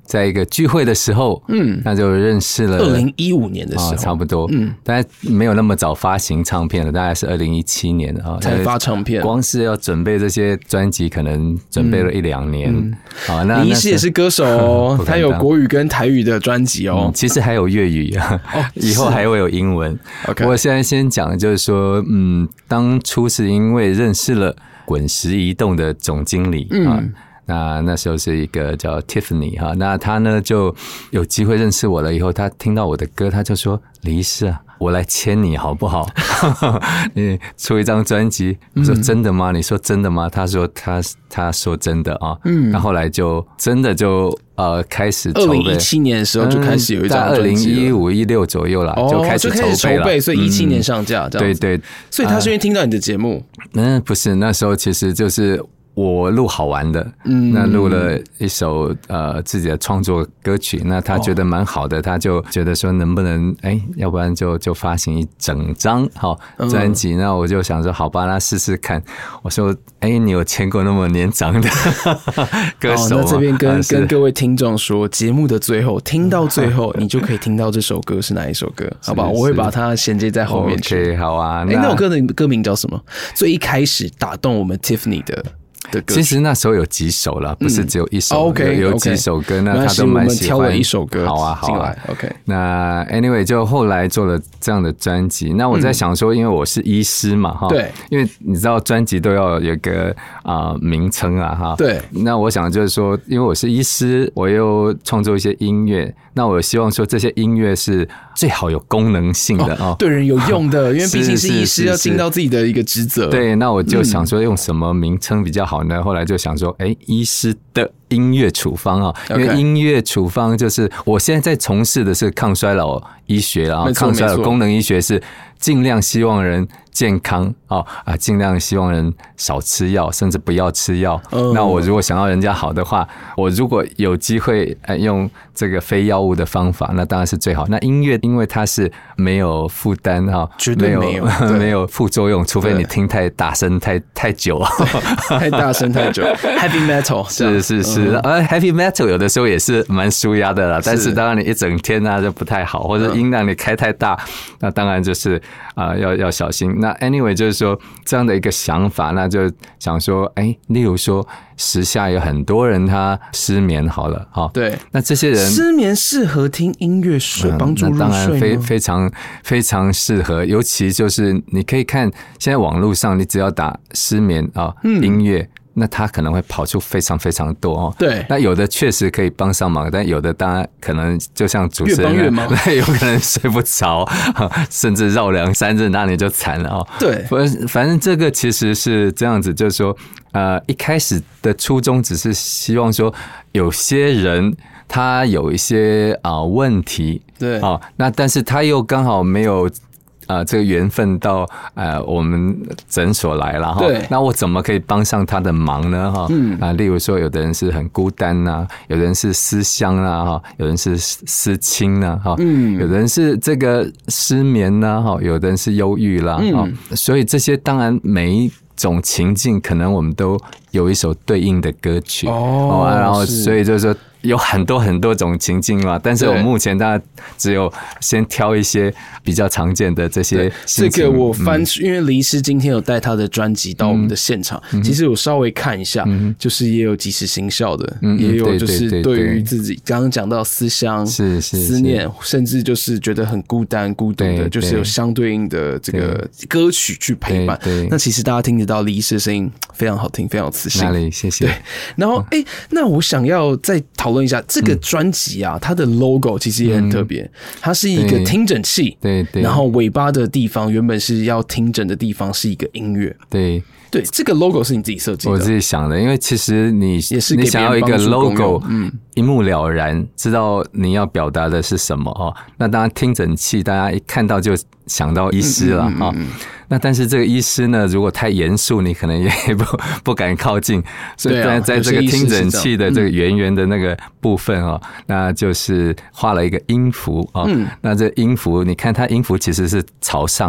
在一个聚会的时候，嗯，那就认识了。 二零一五年的时候， 哦，差不多，嗯，大概没有那么早发行唱片了，大概是二零一七年啊， 才发唱片。 光是要准备这些专辑，可能准备了一两年。嗯，好，那李医师也是歌手哦，他有国语跟台语的专辑哦， 嗯，其实还有粤语啊，哦，以后还会有英文。 OK， 我现在先讲，就是说，嗯，当初是因为认识了滚石移动的总经理，嗯，啊，那那时候是一个叫 Tiffany 哈，那他呢就有机会认识我了。以后他听到我的歌，他就说：“李医师啊，我来签你好不好？你出一张专辑。”我说：“真的吗？”你说真的吗？他说他他说真的啊。嗯，那后来就真的就呃开始筹备。 二零一七年的时候就开始有一张专辑了， 二零一五一六左右啦， 哦， 就开始筹备了。 筹备，所以一七年上架，这样子。 对对， 所以他是因为听到你的节目。 嗯，不是，那时候其实就是我录好玩的，嗯，那录了一首呃自己的创作歌曲，那他觉得蛮好的，哦，他就觉得说能不能哎，要不然就就发行一整张好专辑，嗯，那我就想说好吧，那试试看。我说哎，你有签过那么年长的歌手吗？ 哦，那这边跟、啊、跟各位听众说，节目的最后听到最后，你就可以听到这首歌是哪一首歌，好吧？我会把它衔接在后面去。 OK， 好啊。 哎，那首歌的歌名叫什么？最一开始打动我们 Tiffany 的。 其实那时候有几首啦，不是只有一首， 嗯 okay, 有, 有几首歌， okay, 那他都蛮喜欢。 我们挑了一首歌， 好啊，好啊 ，OK。 那 anyway 就后来做了这样的专辑。那我在想说，因为我是医师嘛，哈， 对， 因为你知道专辑都要有一个啊、呃、名称啊，哈， 对。 那我想就是说，因为我是医师，我又创作一些音乐，那我希望说这些音乐是最好有功能性的啊，哦， 对人有用的，因为毕竟是医师，要尽到自己的一个职责。 对，那我就想说用什么名称比较好呢？嗯，后来就想说，哎，医师的音乐处方啊，因为音乐处方就是我现在在从事的是抗衰老医学啊，抗衰老功能医学是尽量希望人健康啊啊，尽量希望人少吃药，甚至不要吃药。嗯，那我如果想要人家好的话，我如果有机会用这个非药物的方法，那当然是最好。那音乐因为它是没有负担哈， 绝对没有没有副作用，除非你听太大声太太久， 太大声太久。Heavy metal 是是是，而 Heavy metal 有的时候也是蛮舒压的啦，但是当然你一整天啊就不太好，或者音量你开太大，那当然就是啊、呃、要要小心。那 anyway 就是说这样的一个想法，那就想说，哎，例如说时下有很多人他失眠好了，哈， 对， 那这些人失眠适合听音乐睡，帮助入睡吗？ 当然非非常非常适合，尤其就是你可以看现在网络上，你只要打失眠啊、嗯、音乐。那他可能会跑出非常非常多哦。 对， 那有的确实可以帮上忙，但有的当然可能就像主持人， 越帮越忙， 有可能睡不着，甚至绕梁三日，那你就惨了哦。 对， 反正这个其实是这样子，就是说，呃，一开始的初衷只是希望说，有些人他有一些啊、呃、问题， 对啊、哦，那但是他又刚好没有。啊、呃，这个缘分到呃我们诊所来了哈， 对， 那我怎么可以帮上他的忙呢哈？嗯啊，例如说，有的人是很孤单呐、啊，有的人是思乡啊哈，有人是思亲呐哈，嗯，有的人是这个失眠呐、啊、哈，有的人是忧郁啦哈、嗯，所以这些当然每一种情境，可能我们都有一首对应的歌曲哦， 然后所以就是说。有很多很多种情境嘛，但是我目前大家只有先挑一些比较常见的这些心情。 这个我翻，嗯、因为黎师今天有带他的专辑到我们的现场，嗯、其实我稍微看一下，嗯、就是也有即时行孝的，嗯、也有就是对于自己刚刚讲到思乡、 是是思念，甚至就是觉得很孤单、孤独的，就是有相对应的这个歌曲去陪伴。那其实大家听得到黎师的声音非常好听，非常有磁性。 哪里？谢谢。 对，然后哎、欸，那我想要再讨论一下这个专辑啊，它的 logo 其实也很特别，嗯、它是一个听诊器， 对 对, 对， 然后尾巴的地方原本是要听诊的地方是一个音乐， 对对，这个 logo 是你自己设计的， 我自己想的，因为其实你也是你想要一个 logo， 嗯， 一目了然，知道你要表达的是什么哦。那当然听诊器，大家一看到就想到医师了啊。嗯嗯嗯嗯那但是这个医师呢，如果太严肃，你可能也不不敢靠近。所以在在这个听诊器的这个圆圆的那个部分哦，那就是画了一个音符哦。嗯、那这音符，你看它音符其实是朝上的。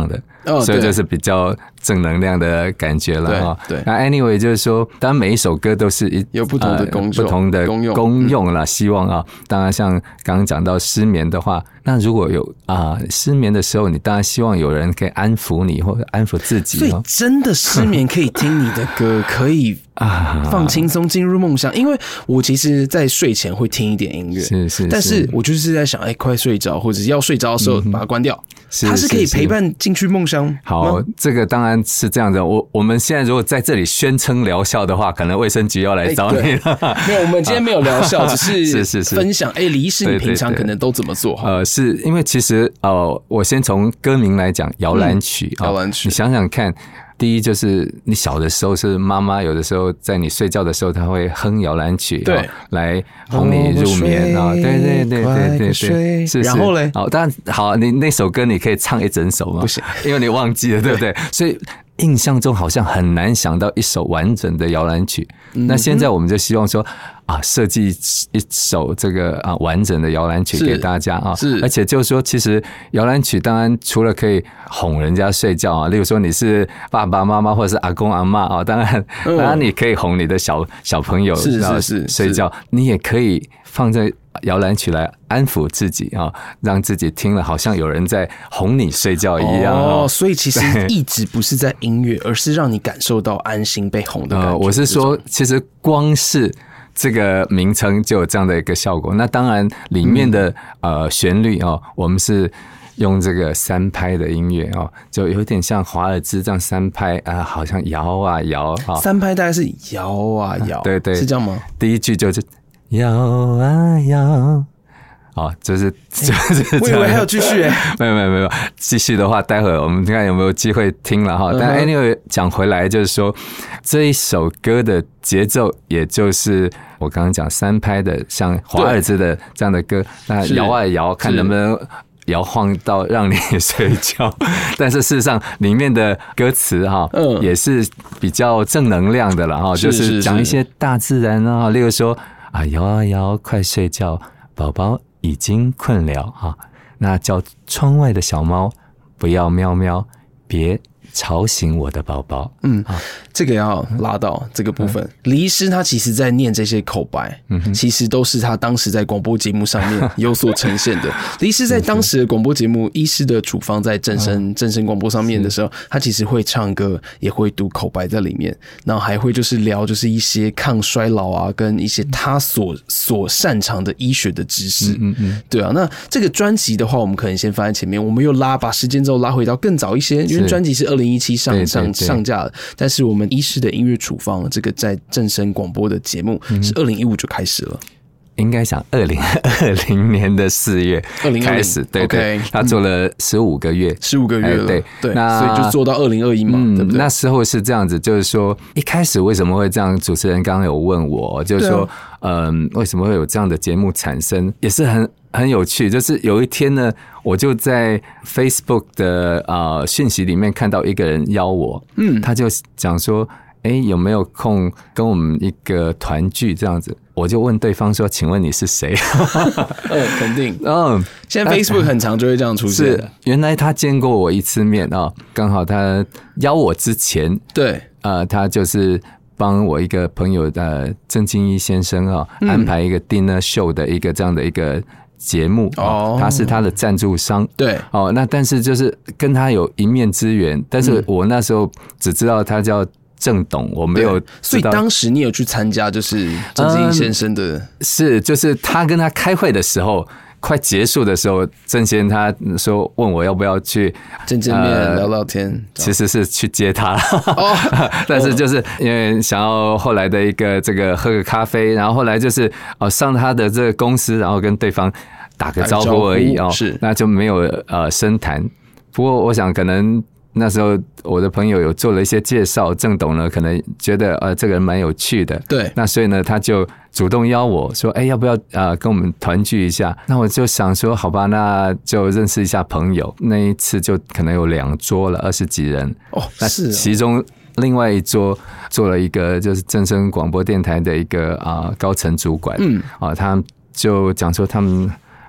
哦、 所以就是比较正能量的感觉了哈。 对， 那 anyway 就是说，当然每一首歌都是一有不同的功用、 呃、不同的功用功用啦。希望啊，当然像刚刚讲到失眠的话，那如果有啊、呃、失眠的时候，你当然希望有人可以安抚你或者安抚自己。 所以真的失眠可以听你的歌，可以放轻松进入梦乡。因为我其实在睡前会听一点音乐， 是是， 但是我就是在想，哎、欸，快睡着或者要睡着的时候把它关掉。嗯是它是可以陪伴进去梦乡。 好，这个当然是这样的。我我们现在如果在这里宣称疗效的话，可能卫生局要来找你了。 欸、没有，我们今天没有疗效，只是是是是分享。哎，李医师，你平常可能都怎么做？ 呃，是因为其实呃，我先从歌名来讲，摇篮曲， 摇篮曲， 你想想看。第一就是你小的时候是妈妈有的时候在你睡觉的时候，她会哼摇篮曲， 对， 哦、来哄你入眠啊，对对对对对对，是。 然后嘞， 好，当然好，你那首歌你可以唱一整首吗？ 不行， 因为你忘记了，对不对？所以印象中好像很难想到一首完整的摇篮曲。嗯、那现在我们就希望说啊，设计一首这个啊完整的摇篮曲给大家啊， 是， 而且就是说，其实摇篮曲当然除了可以哄人家睡觉啊，例如说你是爸爸妈妈或者是阿公阿嬷啊，当然，当然你可以哄你的小小朋友是是是睡觉，你也可以放在摇篮曲来安抚自己啊，让自己听了好像有人在哄你睡觉一样哦。所以其实一直不是在音乐，而是让你感受到安心被哄的感觉。 呃、我是说，其实光是这个名称就有这样的一个效果。那当然，里面的、嗯、呃旋律哦，我们是用这个三拍的音乐哦，就有点像华尔兹这样三拍啊、呃，好像摇啊摇啊。 三拍大概是摇啊摇， 对对， 是这样吗？ 第一句就是摇啊摇。哦，就是就是我以为还有继续诶， 没有没有没有，继续的话，待会儿我们看有没有机会听了哈。但 anyway 讲回来，就是说这一首歌的节奏，也就是我刚刚讲三拍的，像华尔兹的这样的歌，那摇啊摇，看能不能摇晃到让你睡觉。但是事实上，里面的歌词哈，嗯，也是比较正能量的了哈，就是讲一些大自然啊，例如说啊，摇啊摇，快睡觉，宝宝已经困了哈，那叫窗外的小猫不要喵喵，别吵醒我的宝宝。 嗯，这个要拉到这个部分。嗯、李医师他其实在念这些口白，嗯、其实都是他当时在广播节目上面有所呈现的。李医师在当时的广播节目《医师的处方》在正声、嗯、正声广播上面的时候，他其实会唱歌，也会读口白在里面，然后还会就是聊就是一些抗衰老啊，跟一些他所所擅长的医学的知识。嗯嗯嗯，对啊。那这个专辑的话，我们可能先放在前面，我们又拉把时间之后拉回到更早一些，因为专辑是二零一七上上上架了，但是我们医师的音乐处方这个在正声广播的节目是二零一五就开始了。 应该想二零二零年的四月开始，对对， okay, 他做了十五个月， 十五个月了， 对对， 那所以就做到二零二一嘛，嗯，对不对？ 那时候是这样子，就是说一开始为什么会这样？主持人刚刚有问我，就是说，嗯、啊呃，为什么会有这样的节目产生？也是很很有趣。就是有一天呢，我就在 Facebook 的呃讯息里面看到一个人邀我，嗯，他就讲说，哎，有没有空跟我们一个团聚这样子？我就问对方说：“请问你是谁？” 嗯，肯定。 嗯， 现在 Facebook 很常就会这样出现。 是，原来他见过我一次面啊，刚好他邀我之前， 对， 呃，他就是帮我一个朋友的郑敬一先生啊，嗯、安排一个 dinner show 的一个这样的一个节目哦，他是他的赞助商。 对， 哦，那但是就是跟他有一面之缘，但是我那时候只知道他叫郑董，我没有知道， 所以当时你有去参加，就是郑敬一先生的、嗯， 是就是他跟他开会的时候，快结束的时候，郑先生他说问我要不要去见见面、呃、聊聊天， 其实是去接他，哦、但是就是因为想要后来的一个这个喝个咖啡，然后后来就是哦上他的这个公司，然后跟对方打个招呼而已哦， 是那就没有呃深谈。不过我想可能。那时候我的朋友有做了一些介绍，郑董呢可能觉得呃这个人蛮有趣的， 对， 那所以呢他就主动邀我说，哎、欸，要不要呃跟我们团聚一下？那我就想说，好吧，那就认识一下朋友。那一次就可能有两桌了，二十几人哦， 那是、哦、 其中另外一桌做了一个就是正声广播电台的一个啊、呃、高层主管，嗯，啊、呃、他就讲说他们。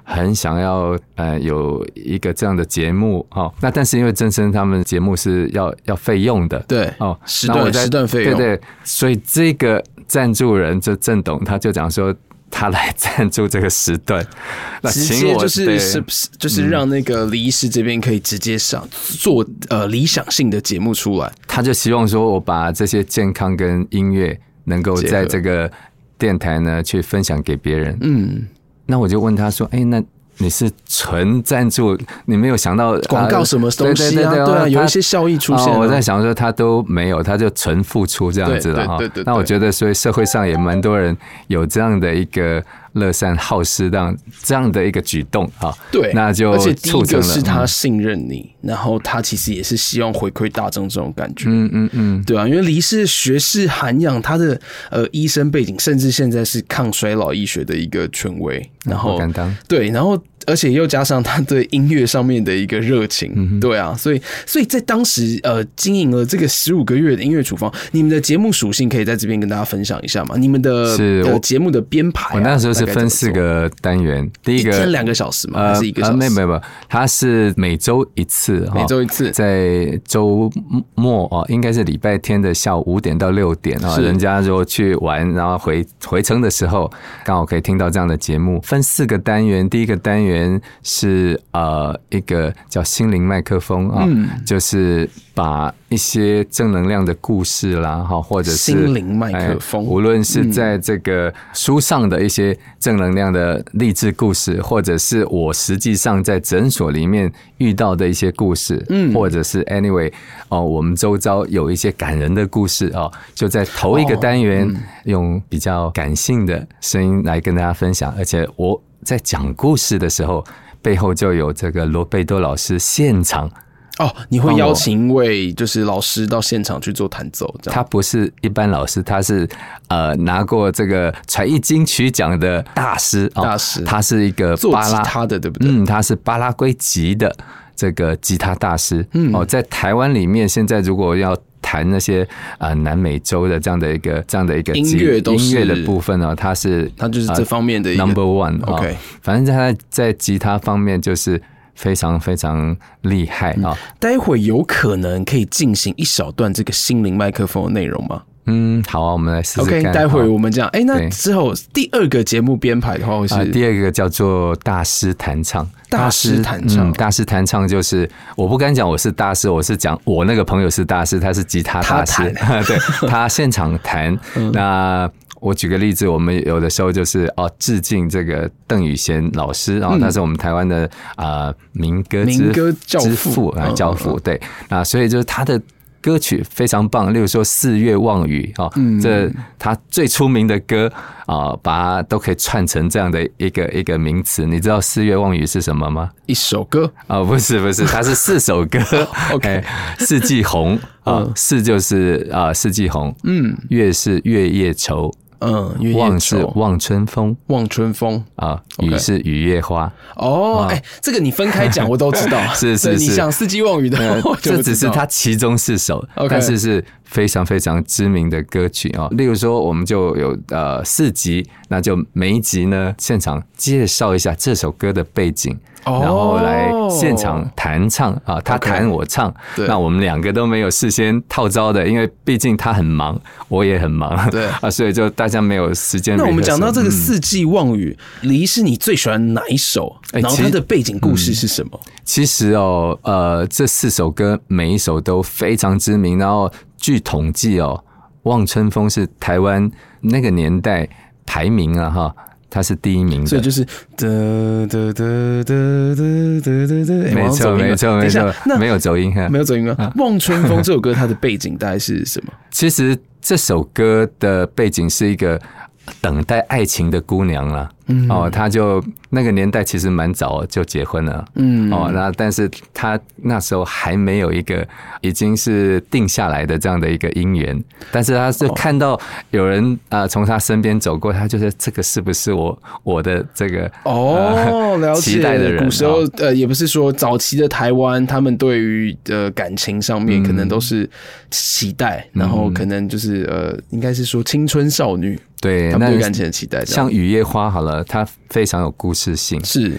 很想要呃有一个这样的节目哦。那但是因为真生他们节目是要要费用的， 对哦， 时段时段费用， 对对，所以这个赞助人就郑董他就讲说。他来赞助这个时段，那直接就是是就是让那个李医师这边可以直接上做呃理想性的节目出来。 他就希望说我把这些健康跟音乐能够在这个电台呢去分享给别人。嗯，那我就问他说：“哎、欸，那你是纯赞助，你没有想到广告什么东西啊？对, 对, 对, 对, 对啊，有一些效益出现、啊哦。 我在想说他都没有，他就纯付出这样子了哈。那我觉得，所以社会上也蛮多人有这样的一个乐善好施这样这样的一个举动哈。 对， 那就而且第一个是他嗯信任你，然后他其实也是希望回馈大众这种感觉。 嗯嗯嗯， 对啊，因为黎是学士涵养，他的呃医生背景，甚至现在是抗衰老医学的一个权威。然后，对，然后。而且又加上他对音乐上面的一个热情，嗯、对啊，所以所以在当时呃经营了这个十五个月的音乐处方，你们的节目属性可以在这边跟大家分享一下吗？你们的呃节目的编排、啊， 我那时候是分四个单元，第一个一天两个小时吗？还是一个小时？ 呃，没有没有没有，它是每周一次， 每周一次， 在周末哦，应该是礼拜天的下午五点到六点啊，人家如果去玩，然后回回程的时候，刚好可以听到这样的节目。分四个单元，第一个单元。是呃一个叫心灵麦克风啊、嗯，就是把一些正能量的故事啦，哈，或者是心灵麦克风、 哎，无论是在这个书上的一些正能量的励志故事，或者是我实际上在诊所里面遇到的一些故事，嗯，或者是 anyway 哦，我们周遭有一些感人的故事哦，就在头一个单元用比较感性的声音来跟大家分享，而且我。在讲故事的时候，背后就有这个罗贝多老师现场哦，你会邀请一位就是老师到现场去做弹奏，这样。 他不是一般老师，他是呃拿过这个才艺金曲奖的大师， 大师， 他是一个做吉他的，对不对？ 嗯，他是巴拉圭籍的这个吉他大师。嗯，哦，在台湾里面，现在如果要谈那些呃南美洲的这样的一个这样的一个音乐都是音乐的部分呢，他是他就是这方面的一个 number one。OK， 反正他在吉他方面就是非常非常厉害啊、嗯。 待会有可能可以进行一小段这个心灵麦克风的内容吗？ 嗯，好啊，我们来试试看。 OK， 待会我们这样。哎、欸，那之后第二个节目编排的话会是、呃、 第二个叫做大师弹唱。 大师弹唱、 嗯，大师弹唱就是我不敢讲我是大师，我是讲我那个朋友是大师，他是吉他大师，他对他现场弹。嗯、那我举个例子，我们有的时候就是哦，致敬这个邓宇贤老师，然后他是我们台湾的啊、呃、民歌之民歌教父啊教父，对，那所以就是他的。歌曲非常棒，例如说《四月望雨》哦，嗯、这他最出名的歌啊、呃，把它都可以串成这样的一个一个名词。你知道《四月望雨》是什么吗？ 一首歌啊、哦，不是不是，它是四首歌。 OK， 四季红啊、呃，四就是啊、呃、四季红，嗯，月是月夜愁。 嗯， 望是望春风， 望春风啊，雨是雨夜花。 哦，哎、欸，这个你分开讲我都知道， 是是是， 你想四季望雨的， 呃、这只是它其中四首， okay. 但是是非常非常知名的歌曲啊。例如说，我们就有呃四集，那就每一集呢现场介绍一下这首歌的背景。然后来现场弹唱啊，他弹我唱， okay, 那我们两个都没有事先套招的，因为毕竟他很忙，我也很忙， 对啊，所以就大家没有时间。 那我们讲到这个四季望雨，黎是你最喜欢哪一首？然后它的背景故事是什么？ 欸、其实哦，呃，这四首歌每一首都非常知名，然后据统计哦，《望春风》是台湾那个年代排名啊，哈。他是第一名的， 所以就是哒哒哒哒哒哒哒， 没错没错没错，没有走音哈， 没有走音吗？《望春风》这首歌它的背景大概是什么？ 其实这首歌的背景是一个等待爱情的姑娘啦。嗯、哦，他就那个年代其实蛮早就结婚了，嗯，哦，那但是他那时候还没有一个已经是定下来的这样的一个姻缘，但是他就看到有人啊从、呃、他身边走过，他就是这个是不是我我的这个哦，了解， 期待的人。 古时候呃，也不是说早期的台湾，他们对于呃感情上面可能都是期待，嗯、然后可能就是呃，应该是说青春少女。 对， 他们对感情的期待， 像雨夜花好了，它非常有故事性。 是，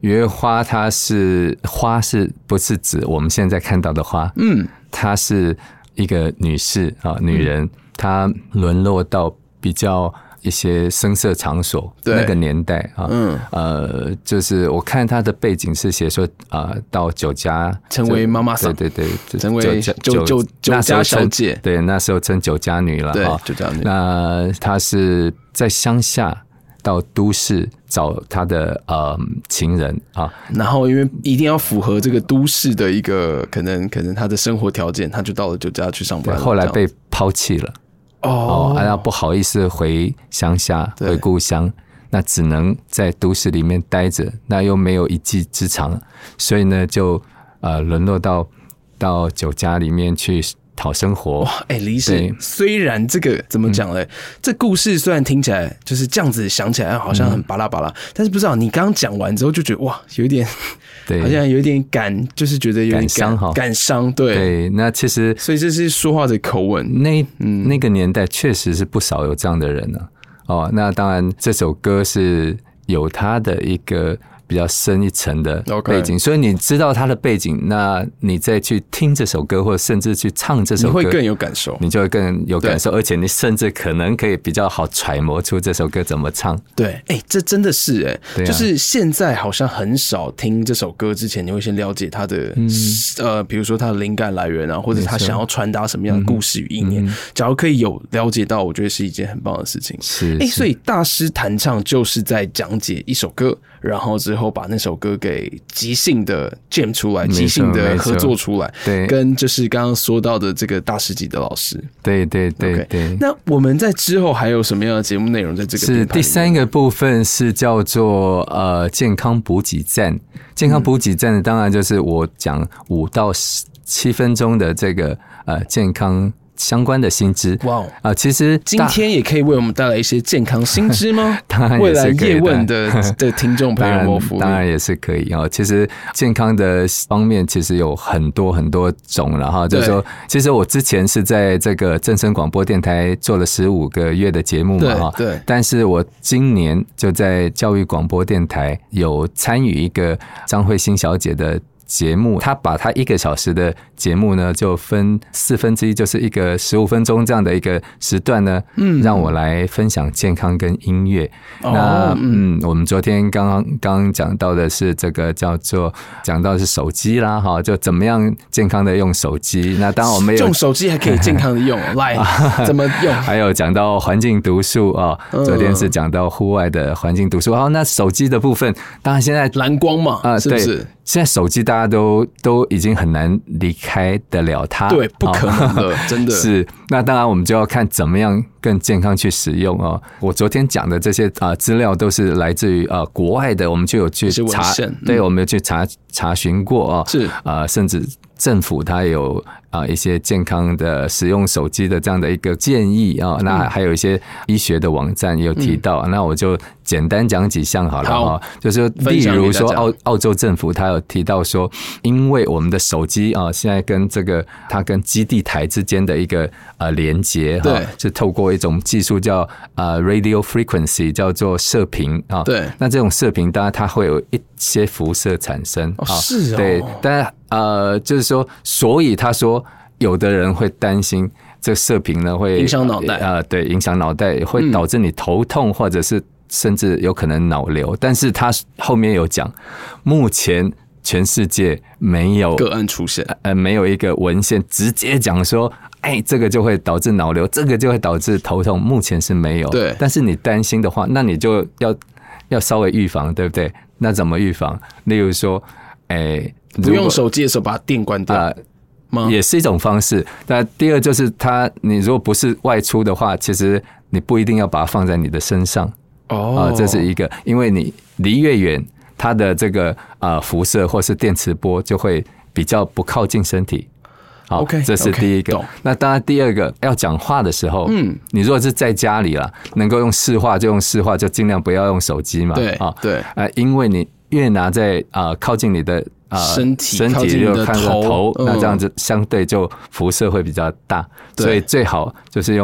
月花它是花，是不是指我们现在看到的花？嗯，她是一个女士啊，女人，嗯、她沦落到比较一些声色场所那个年代啊，嗯，呃，就是我看她的背景是写说啊、呃，到酒家成为妈妈桑， 对对对， 成为酒酒酒酒家小姐， 对，那时候称酒家女了， 对，酒家女。 那她是在乡下到都市找他的呃情人啊， 然后因为一定要符合这个都市的一个可能可能他的生活条件，他就到了酒家去上班， 后来被抛弃了哦，然后不好意思回乡下回故乡，那只能在都市里面待着，那又没有一技之长，所以呢就呃沦落到到酒家里面去讨生活。 哇，哎、欸，李师，虽然这个怎么讲嘞、嗯？这故事虽然听起来就是这样子，想起来好像很巴拉巴拉、嗯，但是不知道你刚刚讲完之后就觉得哇，有一点，对，好像有一点感，就是觉得有点伤哈， 感伤。对对，那其实， 所以这是说话的口吻。 那、嗯、那个年代确实是不少有这样的人呢、啊。哦，那当然这首歌是有他的一个比较深一层的背景， okay. 所以你知道他的背景，那你再去听这首歌，或者甚至去唱这首歌， 你会更有感受， 你就会更有感受，而且你甚至可能可以比较好揣摩出这首歌怎么唱。 对，哎、欸，这真的是哎、欸啊，就是现在好像很少听这首歌之前，你会先了解他的、嗯、呃，比如说他的灵感来源啊，或者他想要传达什么样的故事与意念、嗯。假如可以有了解到，我觉得是一件很棒的事情。 是， 哎、欸，所以大师弹唱就是在讲解一首歌，然后之后把那首歌给即兴的 jam 出来，即兴的合作出来， 对， 跟就是刚刚说到的这个大师级的老师， 对对对 okay, 对。 那我们在之后还有什么样的节目内容在这个是第三个部分是叫做呃健康补给站，健康补给站当然就是我讲五到七分钟的这个呃健康相关的新知。 哇哦！ 啊，其实今天也可以为我们带来一些健康新知吗？ 当然也是可以的。 未来叶问的的听众朋友们， 当然也是可以哦。其实健康的方面其实有很多很多种了哈。就是说，其实我之前是在这个正声广播电台做了十五个月的节目嘛哈。 对。 但是我今年就在教育广播电台有参与一个张慧欣小姐的节目，他把他一个小时的节目呢，就分四分之一，就是一个十五分钟这样的一个时段呢，嗯，让我来分享健康跟音乐。哦、那嗯，我们昨天刚刚刚刚讲到的是这个叫做讲到的是手机啦，哈，就怎么样健康的用手机。那当然我们有用手机还可以健康的用，来怎么用？ 还有讲到环境读书啊、哦，昨天是讲到户外的环境读书。好，那手机的部分，当然现在蓝光嘛，啊、呃，是不是？ 现在手机大家都都已经很难离开得了它， 对，不可能的，真的是。那当然我们就要看怎么样更健康去使用哦。我昨天讲的这些啊资料都是来自于啊国外的，我们就有去查，对，我们有去查查询过哦， 是啊，甚至政府它有啊一些健康的使用手机的这样的一个建议啊，那还有一些医学的网站也有提到，那我就简单讲几项好了哈，就是例如说澳澳洲政府它有提到说，因为我们的手机啊现在跟这个它跟基地台之间的一个呃连接哈，是透过一种技术叫呃 radio frequency 叫做射频啊， 对， 那这种射频当然它会有一些辐射产生啊，是哦， 对，但是呃就是说，所以他说有的人会担心这射频呢会影响脑袋， 呃对，影响脑袋会导致你头痛或者是甚至有可能脑瘤，但是他后面有讲，目前全世界没有个案出现， 呃，没有一个文献直接讲说，哎，这个就会导致脑瘤，这个就会导致头痛，目前是没有。 对，但是你担心的话，那你就要要稍微预防，对不对？那怎么预防？例如说，哎， 不用手机的时候把电关掉。呃也是一种方式。那第二就是它，你如果不是外出的话，其实你不一定要把它放在你的身上。 哦， 啊，这是一个，因为你离越远，它的这个呃辐射或是电磁波就会比较不靠近身体。好， okay, 这是第一个。 okay, 那当然，第二个要讲话的时候，嗯，你如果是在家里啦，能够用视话就用视话，就尽量不要用手机嘛。 对， 啊， 对， 呃，因为你越拿在啊、呃、靠近你的。 呃，身体身体就看着头， 嗯、 那这样子相对就辐射会比较大，所以最好就是用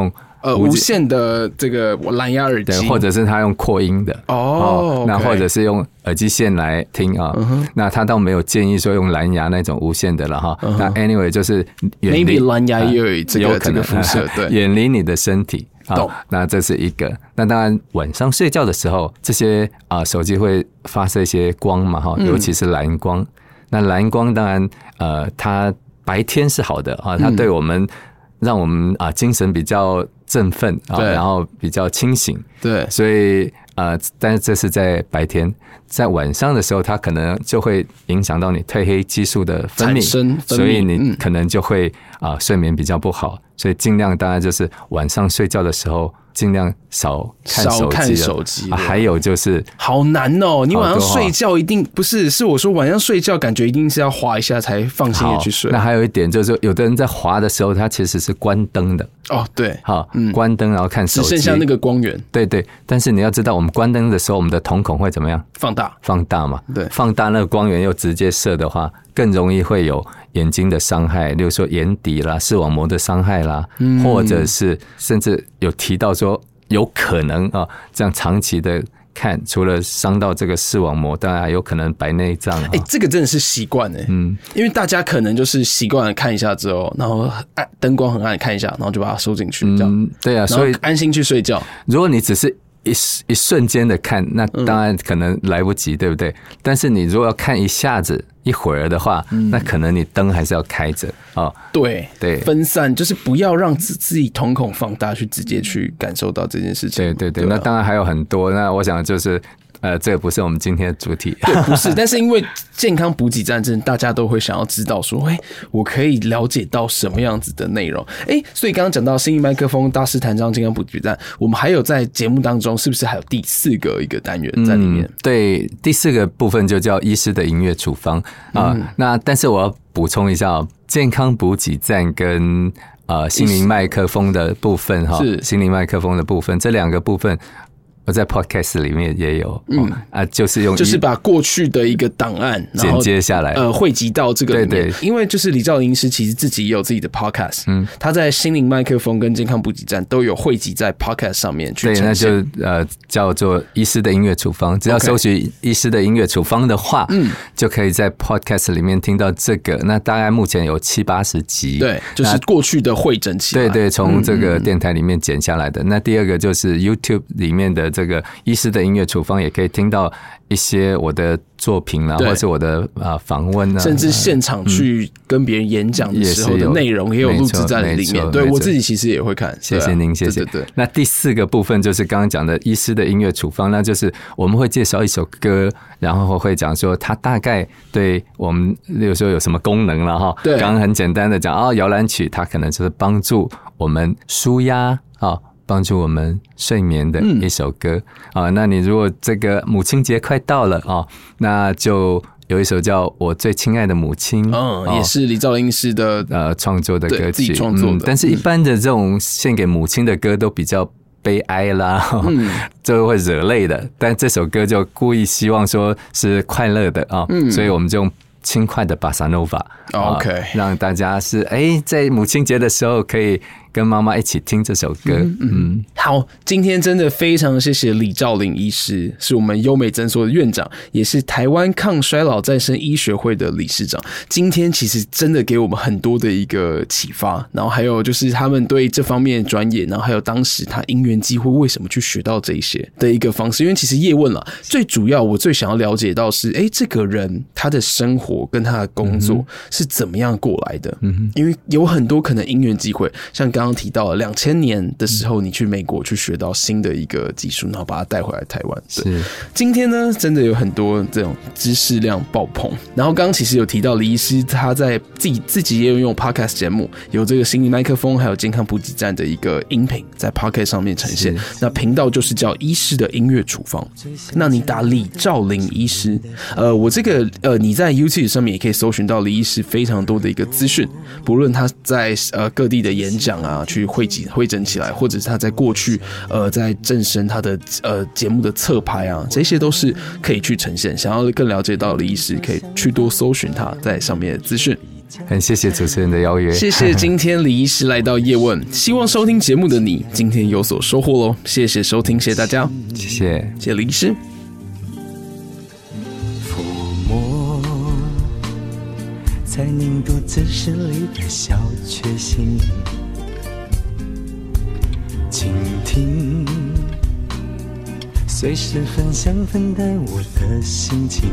呃无线的这个蓝牙耳机， 对，或者是他用扩音的哦， 哦 okay 那或者是用耳机线来听啊、嗯，那他倒没有建议说用蓝牙那种无线的了哈、嗯。那 anyway 就是远离 maybe 蓝牙也有这个、 呃、 这个辐射，对， 远离你的身体。 懂、 啊，那这是一个。那当然，晚上睡觉的时候，这些啊、呃、手机会发射一些光嘛，哈，尤其是蓝光。嗯、那蓝光当然，呃，它白天是好的啊，它对我们、嗯、让我们啊、呃、精神比较振奋啊，然后比较清醒。 对， 所以呃，但是这是在白天，在晚上的时候，它可能就会影响到你褪黑激素的分泌， 分泌所以你可能就会啊、呃、睡眠比较不好。所以尽量当然就是晚上睡觉的时候尽量少看手机， 少看手机、 啊。还有就是好难哦，你晚上睡觉一定不是是我说晚上睡觉感觉一定是要滑一下才放心的去睡。 那还有一点就是说，有的人在滑的时候，他其实是关灯的。 哦，对， 好，嗯，关灯然后看手机， 只剩下那个光源。 对对，但是你要知道，我们关灯的时候，我们的瞳孔会怎么样？ 放大， 放大嘛。 对， 放大那个光源又直接射的话，更容易会有眼睛的伤害，例如说眼底啦、视网膜的伤害啦，嗯、或者是甚至有提到说有可能啊，这样长期的看，除了伤到这个视网膜，当然还有可能白内障。哎、 欸，这个真的是习惯哎，嗯，因为大家可能就是习惯了看一下之后，然后暗灯光很暗看一下，然后就把它收进去，这样、嗯、 对啊，所以安心去睡觉。 如果你只是一一瞬间的看，那当然可能来不及，嗯、对不对？但是你如果要看一下子、一会儿的话，嗯、那可能你灯还是要开着哦。 对对， 分散就是不要让自自己瞳孔放大，去直接去感受到这件事情。 对对 对, 对、啊，那当然还有很多。那我想就是。呃，这个不是我们今天的主题， 对，不是。但是因为健康补给站，真的大家都会想要知道说，哎、欸，我可以了解到什么样子的内容？哎、欸，所以刚刚讲到心灵麦克风大师谈章健康补给站，我们还有在节目当中，是不是还有第四个一个单元在里面？嗯、 对，第四个部分就叫医师的音乐处方啊、嗯呃。那但是我要补充一下、哦，健康补给站跟呃心灵麦克风的部分哈，是心灵麦克风的部分，这两个部分。我在 podcast 里面也有，嗯、哦、啊，就是用就是把过去的一个档案剪接下来， 呃，汇集到这个里面。 对对， 因为就是李兆麟医师其实自己也有自己的 podcast， 嗯，他在心灵麦克风跟健康补给站都有汇集在 podcast 上面去呈现。 对，那就呃叫做医师的音乐处方，只要搜寻医师的音乐处方的话，嗯，就可以在 podcast 里面听到这个。那大概目前有七八十集， 对，就是过去的汇整起来， 对对，从这个电台里面剪下来的。嗯、那第二个就是 YouTube 里面的。这个医师的音乐处方也可以听到一些我的作品啦，或者我的啊访问啊， 甚至现场去跟别人演讲的时候的内容也有录制在里面。对，我自己其实也会看。 谢谢您，谢谢。对对对。那第四个部分就是刚刚讲的医师的音乐处方，那就是我们会介绍一首歌，然后会讲说它大概对我们，例如说有什么功能了哈。对。刚刚很简单的讲哦，摇篮曲它可能就是帮助我们舒压啊。帮助我们睡眠的一首歌、嗯、啊，那你如果这个母亲节快到了啊，那就有一首叫《我最亲爱的母亲》， 嗯，哦、也是李兆麟医师的呃创作的歌曲， 自己创作的、嗯。 但是一般的这种献给母亲的歌都比较悲哀啦，嗯，就会惹泪的。但这首歌就故意希望说是快乐的啊，嗯，所以我们就用轻快的巴萨诺瓦 ，OK，、呃、 让大家是哎、欸，在母亲节的时候可以跟妈妈一起听这首歌。嗯， 嗯好，今天真的非常谢谢李兆麟医师，是我们优美诊所的院长，也是台湾抗衰老再生医学会的理事长。今天其实真的给我们很多的一个启发，然后还有就是他们对这方面的专业，然后还有当时他因缘机会为什么去学到这一些的一个方式。因为其实叶问啦，最主要我最想要了解到是，哎、欸，这个人他的生活跟他的工作是怎么样过来的？嗯，因为有很多可能因缘机会，像刚刚提到了两千年的时候，你去美国去学到新的一个技术，然后把它带回来台湾。对，今天呢，真的有很多这种知识量爆棚。然后刚刚其实有提到李医师他在自己自己也有用 podcast 节目，有这个心理麦克风，还有健康补给站的一个音频在 podcast 上面呈现。那频道就是叫医师的音乐处方。那你打李兆麟医师，呃，我这个呃，你在 YouTube 上面也可以搜寻到李医师非常多的一个资讯，不论他在呃各地的演讲啊，去汇集汇整起来，或者是他在过去呃在正声他的呃节目的侧拍啊，这些都是可以去呈现。想要更了解到李医师，可以去多搜寻他在上面的资讯。 很谢谢主持人的邀约， 谢谢今天李医师来到叶问，希望收听节目的你今天有所收获咯。谢谢收听，谢谢大家， 谢谢， 谢谢李医师。 抚摸在凝度姿势里的小确幸，倾听随时分享分担我的心情，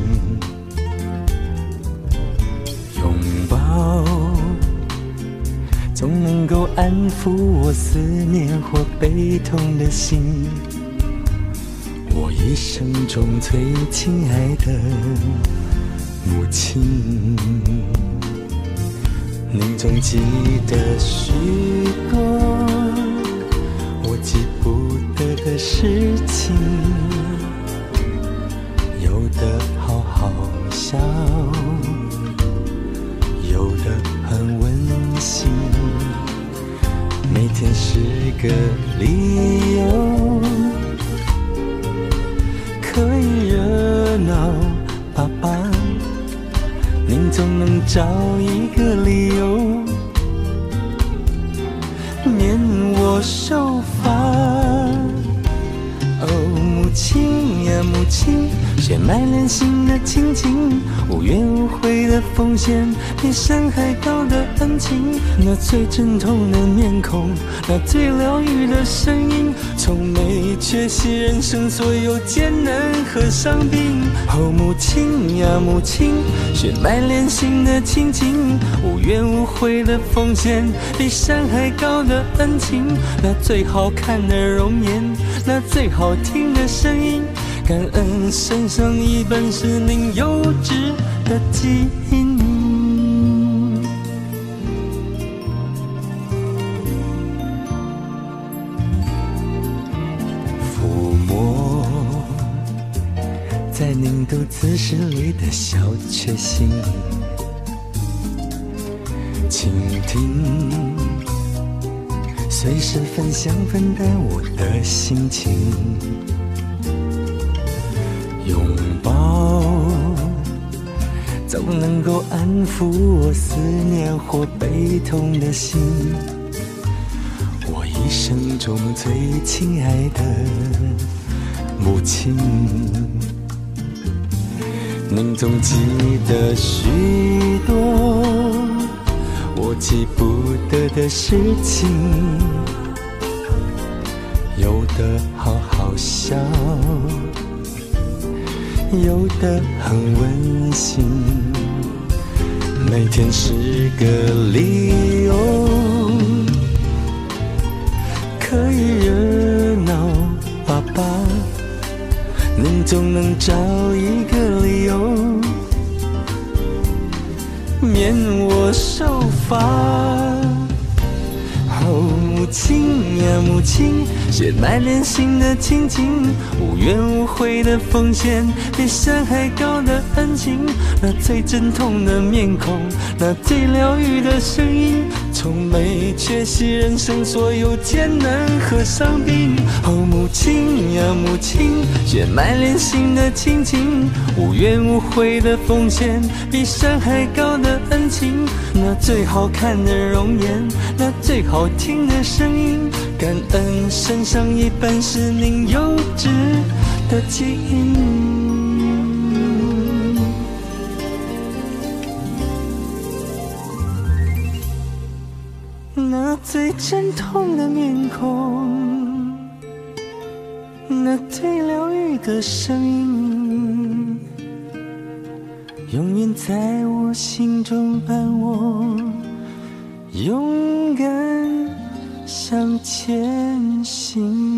拥抱总能够安抚我思念或悲痛的心，我一生中最亲爱的母亲。您总记得许多我记不得的事情，有的好好笑，有的很温馨，每天是个理由可以热闹，爸爸您总能找一个理由免我受罚。哦，母亲呀母亲，血脉连心的亲情，无怨无悔的奉献，比山还高的恩情，那最阵痛的面孔，那最疗愈的声音，从没缺席人生所有艰难和伤病。哦，母亲呀母亲，血脉连心的亲情，无怨无悔的奉献，比山还高的恩情，那最好看的容颜，那最好听的声音，感恩身上一半是您优质的基因。抚摸在凝度姿势里的小确幸，倾听随时分享分担我的心情，拥抱总能够安抚我思念或悲痛的心，我一生中最亲爱的母亲。您总记得许多我记不得的事情，有的好好笑，有的很温馨，每天是个理由可以热闹，爸爸您总能找一个理由免我受罚。哦，母亲呀母亲，血脉连心的亲情，无怨无悔的奉献，比山还高的恩情，那最阵痛的面孔，那最疗愈的声音，从没缺席人生所有艰难和伤病。哦，母亲呀母亲，血脉连心的亲情，无怨无悔的奉献，比山还高的恩情，那最好看的容颜，那最好听的声音，感恩身上一半是您优质的基因。那最阵痛的面孔，那最疗愈的声音，永远在我心中伴我勇敢向前行。